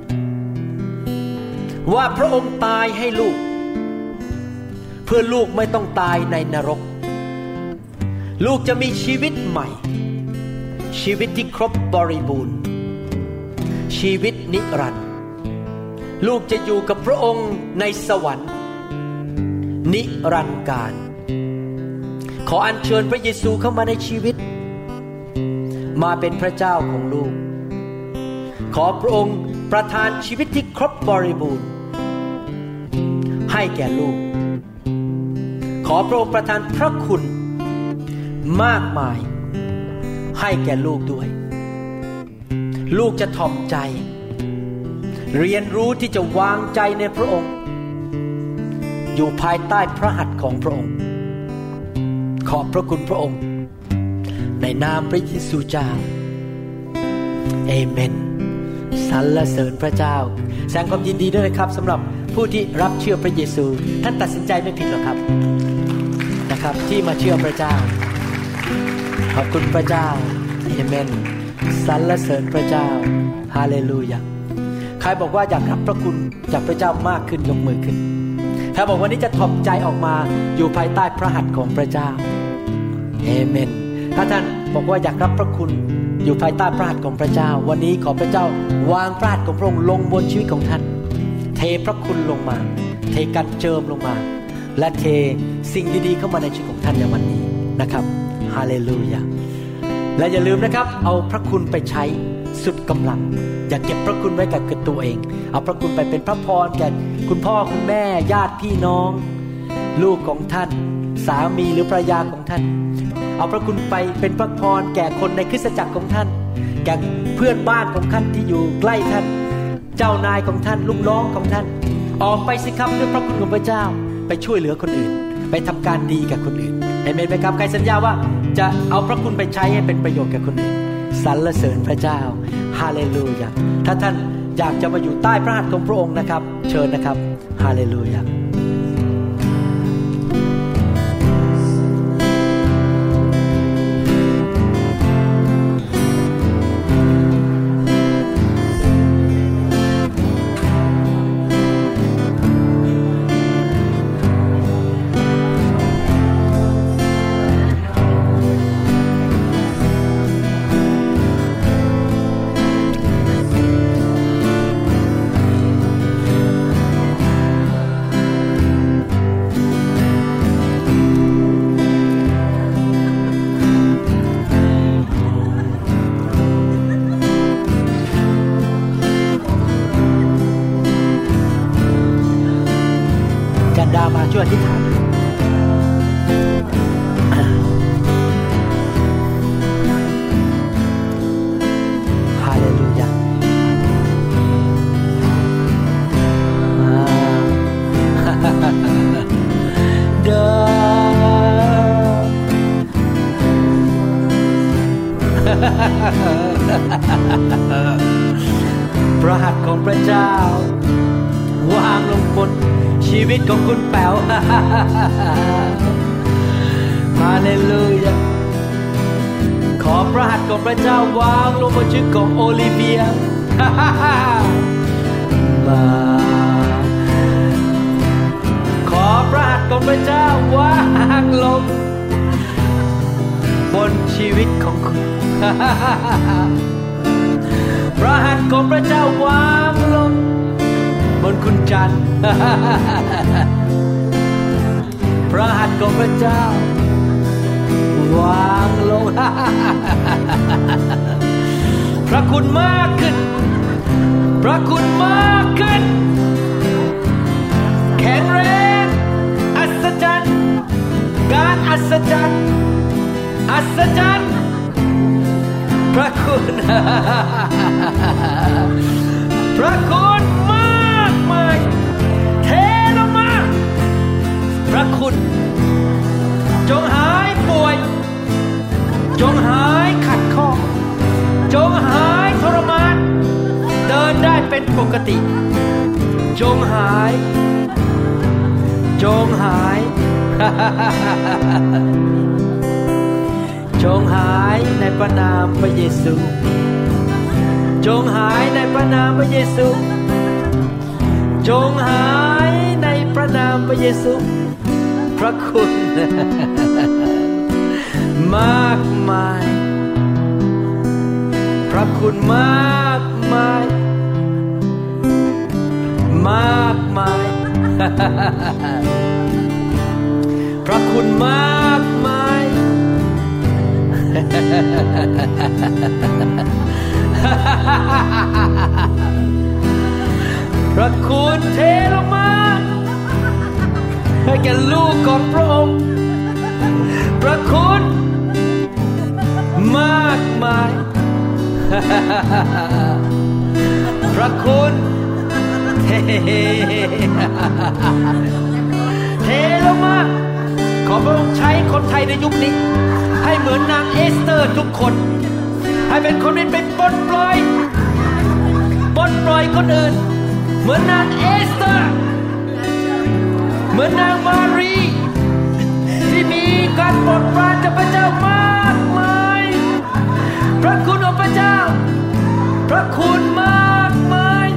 ว่าพระองค์ตายให้ลูกเพื่อลูกไม่ต้องตายในนรกลูกจะมีชีวิตใหม่ชีวิตที่ครบบริบูรณ์ชีวิตนิรันดร์ลูกจะอยู่กับพระองค์ในสวรรค์นิรันดร์กาลขออัญเชิญพระเยซูเข้ามาในชีวิตมาเป็นพระเจ้าของลูกขอพระองค์ประทานชีวิตที่ครบบริบูรณ์ให้แก่ลูกขอพระองค์ประทานพระคุณมากมายให้แก่ลูกด้วยลูกจะถ่อมใจเรียนรู้ที่จะวางใจในพระองค์อยู่ภายใต้พระหัตถ์ของพระองค์ขอบพระคุณพระองค์ในนามพระเยซูเจ้าเอเมนสรรเสริญพระเจ้าแสดงความยินดีด้วยนะครับสำหรับผู้ที่รับเชื่อพระเยซูท่านตัดสินใจไม่ผิดหรอกครับนะครับที่มาเชื่อพระเจ้าขอบคุณพระเจ้าเอเมนสรรเสริญพระเจ้าฮาเลลูยาใครบอกว่าอยากรับพระคุณจากพระเจ้ามากขึ้นยกมือขึ้นถ้าบอกวันนี้จะถ่อมใจออกมาอยู่ภายใต้พระหัตถ์ของพระเจ้าเอเมนถ้าท่านบอกว่าอยากรับพระคุณอยู่ภายใต้พระหัตถ์ของพระเจ้าวันนี้ขอพระเจ้าวางพระหัตถ์ของพระองค์ลงบนชีวิตของท่านเทพระคุณลงมาเทการเจิมลงมาและเทสิ่งดีๆเข้ามาในชีวิตของท่านในวันนี้นะครับฮาเลลูยาและอย่าลืมนะครับเอาพระคุณไปใช้สุดกำลังอย่าเก็บพระคุณไว้กับตัวเองเอาพระคุณไปเป็นพระพรแก่คุณพ่อคุณแม่ญาติพี่น้องลูกของท่านสามีหรือภรรยาของท่านเอาพระคุณไปเป็นพระพรแก่คนในคริสตจักรของท่านแก่เพื่อนบ้านของท่านที่อยู่ใกล้ท่านเจ้านายของท่านลูกน้องของท่านออกไปสิครับด้วยพระคุณของพระเจ้าไปช่วยเหลือคนอื่นไปทำการดีกับคนอื่นเอเมนไหมครับใครสัญญาว่าจะเอาพระคุณไปใช้ให้เป็นประโยชน์แก่คนอื่นสรรเสริญพระเจ้าฮาเลลูยาถ้าท่านอยากจะมาอยู่ใต้พระหัตถ์ของพระองค์นะครับเชิญนะครับฮาเลลูยาช่วยอธิษฐานฮาเลลูยาเด้อพระหัตถ์ของพระเจ้าวางลงบนชีวิตของคุณแป๋วฮาเลลูยาขอพระหัตถ์ของพระเจ้าวางลงบนชีวิตของโอลิเวียมาขอพระหัตถ์ของพระเจ้าวางลงบนชีวิตของคุณพระหัตถ์ของพระเจ้าวางลงบนคุณจันทร์พระหัตถ์ของพระเจ้าวางลงพระคุณมากขึ้นพระคุณมากขึ้นแข็งแรงอัศจรรย์การอัศจรรย์อัศจรรย์พระคุณพระคุณมากมายเทลงมาพระคุณจงหายป่วยจงหายขัดข้องจงหายทรมานเดินได้เป็นปกติจงหายจงหายจงหายในพระนามพระเยซูจงหายในพระนามพระเยซูจงหายในพระนามพระเยซูพระคุณมากมายพระคุณมากมายมากมายพระคุณมากมายพระคุณเทลงมาให้แก่ลูกของพระองค์พระคุณมากมายพระคุณเทลงมาขอพระองค์ใช้คนไทยในยุคนี้ให้เหมือนนางเอสเตอร์ทุกคนให้เป็นคนที่ไปปลดปล่อยคนอื่นเหมือนนางเอสเตอร์เหมือนนางมารีที่มีการโปรดปรานจากพระเจ้ามากมายพระคุณของพระเจ้าพระคุณมากมาย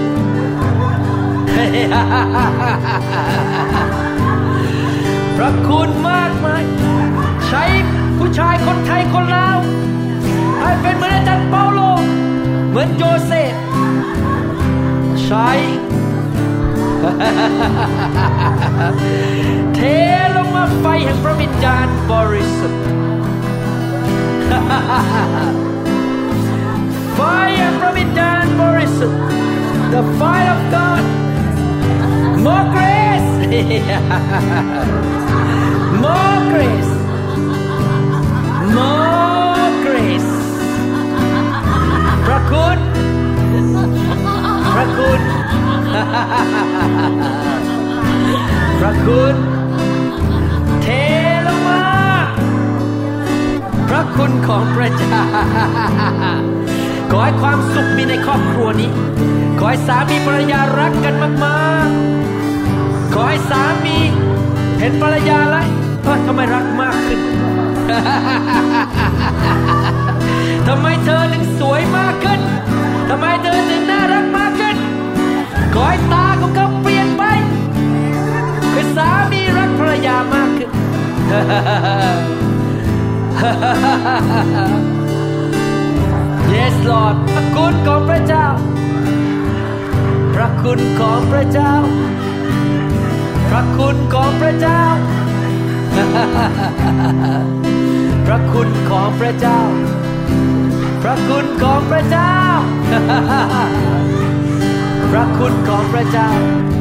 พระคุณมากมายใช้ผู้ชายคนไทยคนลาวให้เป็นเหมือนอาจารย์เปาโลเหมือนโยเซฟใช้เทลงมาไฟแห่งพระวิญญาณบริสุทธิ์ไฟแห่งพระวิญญาณบริสุทธิ์ The fire of God more grace more grace more grace พระคุณพระคุณพระคุณเทลงมาพระคุณของพระเจ้าขอให้ความสุขมีในครอบครัวนี้ขอให้สามีภรรยารักกันมากๆขอให้สามีเห็นภรรยาแล้วทำไมรักมากขึ้นทำไมเธอถึงสวยมากขึ้นทำไมเธอถึงน่ารักมากขึ้นขอให้ตาของเขาเปลี่ยนไปคือสามีรักภรรยามากขึ้น Yes Lord พระคุณของพระเจ้าพระคุณของพระเจ้าพระคุณของพระเจ้าพระคุณของพระเจ้าพระคุณของพระเจ้าพระคุณของพระเจ้า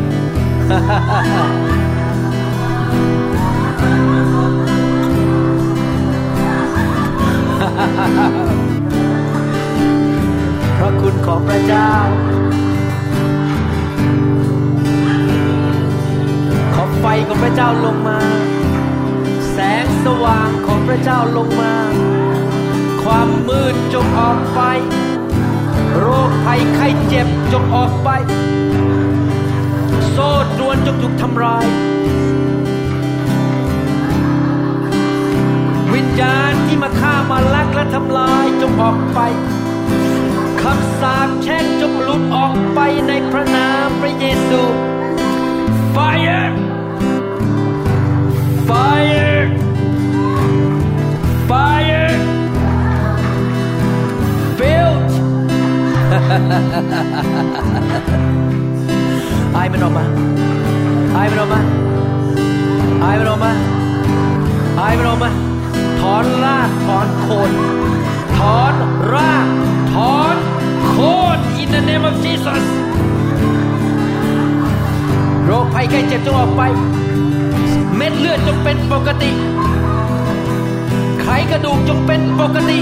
พระคุณของพระเจ้าขอไฟของพระเจ้าลงมาแสงสว่างของพระเจ้าลงมาความมืดจงออกไปโรคภัยไข้เจ็บจงออกไปโซ่ตรวนจงถูกทำลายวิญญาณที่มาฆ่ามาลักและทำลายจงออกไปคำสาปแช่งจงหลุดออกไปในพระนามพระเยซู Fire Fire Fire Build ไอ้มันออกมาไอ้มันออกมาไอ้มันออกมาไอ้มันออกมาถอนรากถอนโคนถอนรากถอนโคน in the name of Jesus โรคภัยไข้เจ็บจงออกไปเม็ดเลือดจงเป็นปกติไขกระดูกจงเป็นปกติ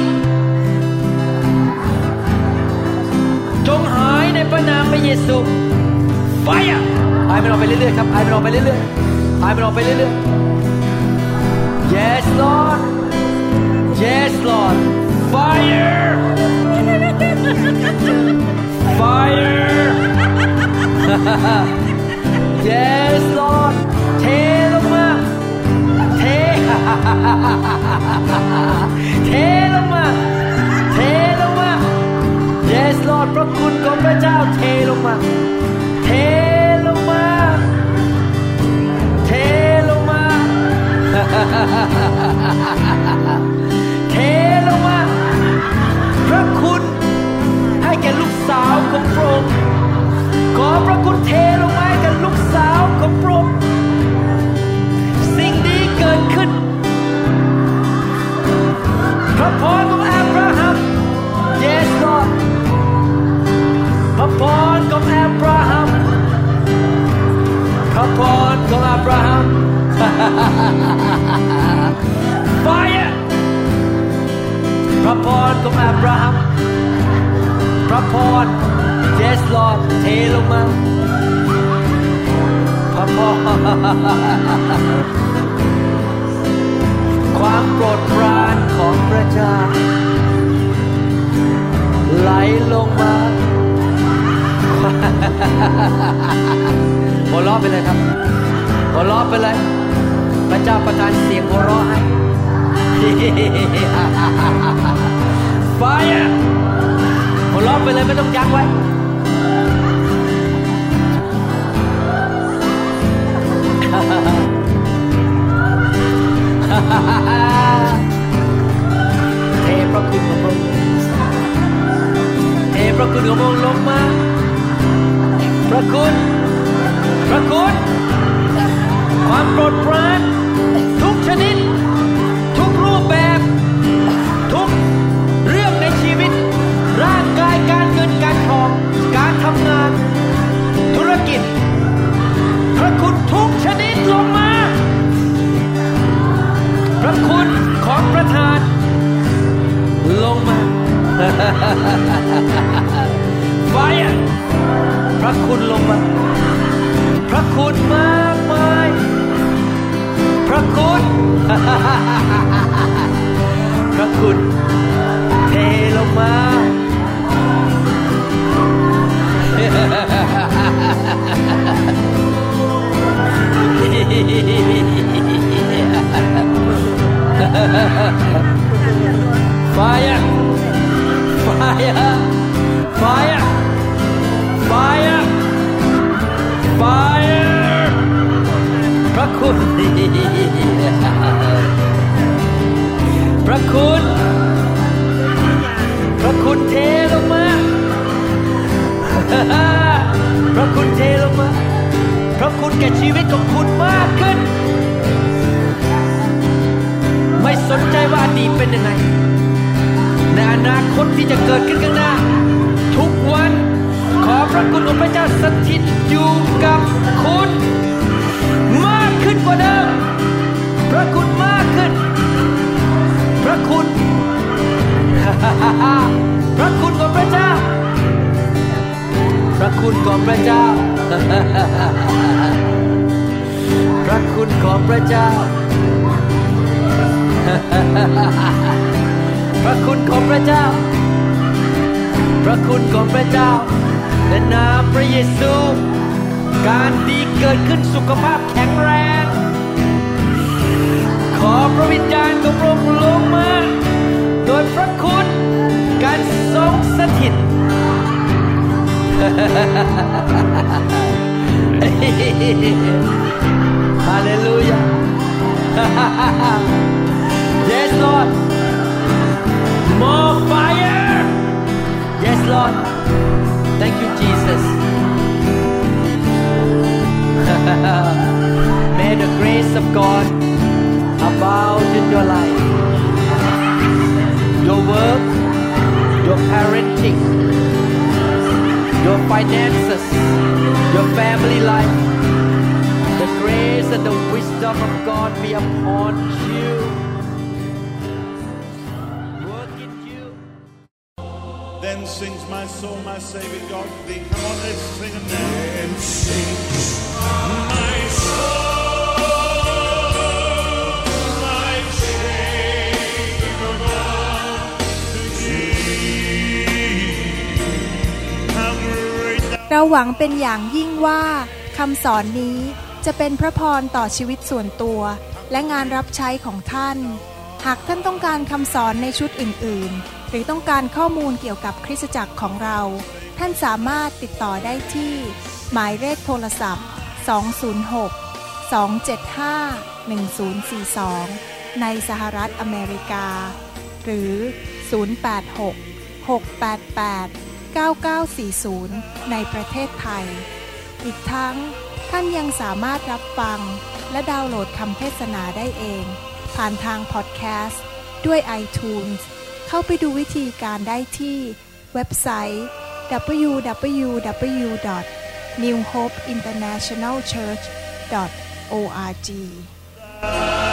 จงหายในพระนามพระเยซูไฟอ่ะไอมันออกไปเรื่อยๆครับไอมันออกไปเรื่อยๆไอมันออกไปเรื่อยๆ Yes Lord Yes Lord Fire Fire Yes Lord เทลงมาเทลงมาเทลงมา Yes Lord รของอับราฮัมพระพร Yes Lord เทลงมาพระพรความโปรดปรานของพระเจ้าไหลลงมาหัวเราะไปเลยครับหัวเราะไปเลยพระเจ้าประทานเสียงหัวเราะให้ไฟหัวเราะไปเลยไม่ต้องยั้งไว้เทพระคุณของพระองค์เทพระคุณของพระองค์ลงมาพระคุณพระคุณความโปรดปรานทุกชนิดทุกรูปแบบทุกเรื่องในชีวิตร่างกายการเงินการทองการทำงานธุรกิจพระคุณทุกชนิดลงมาพระคุณของประทานลงมาไฟพระคุณลงมาพระคุณมากมายพระคุณพระคุณเทลงมาFire Fire Fire Fire Fire พระคุณพระคุณพระคุณเทลงมาพระคุณเทลงมาพระคุณแก่ชีวิตของคุณมากขึ้นไม่สนใจว่าอดีตเป็นยังไงในอนาคตที่จะเกิดขึ้นข้างหน้าทุกวันขอพระคุณของพระเจ้าสถิตอยู่กับคุณมากขึ้นกว่าเดิมพระคุณมากขึ้นพระคุณ พระคุณของพระเจ้าพระคุณของพระเจ้า พระคุณของพระเจ้า พระคุณของพระเจ้าพระคุณของพระเจ้าในนามพระเยซูการดีเกิดขึ้นสุขภาพแข็งแรงขอพระวิญญาณของพระองค์ลงมาโดยพระคุณการทรงสถิต ฮาเลลูยา Yes Lord More fire Yes Lord Thank you Jesus May the grace of God abound in your life Your work Your parenting Your finances Your family life The grace and the wisdom of God be upon you Then sings my soul, my Savior God to thee. Come on, let's sing it now. Then sings my soul, my Savior God to thee. How great thou เราหวังเป็นอย่างยิ่งว่าคำสอนนี้จะเป็นพระพรต่อชีวิตส่วนตัวและงานรับใช้ของท่านหากท่านต้องการคำสอนในชุดอื่นๆหรือต้องการข้อมูลเกี่ยวกับคริสตจักรของเราท่านสามารถติดต่อได้ที่หมายเลขโทรศัพท์206-275-1042ในสหรัฐอเมริกาหรือ086-688-9940ในประเทศไทยอีกทั้งท่านยังสามารถรับฟังและดาวน์โหลดคำเทศนาได้เองผ่านทางพอดแคสต์ด้วย iTunes เข้าไปดูวิธีการได้ที่เว็บไซต์ www.newhopeinternationalchurch.org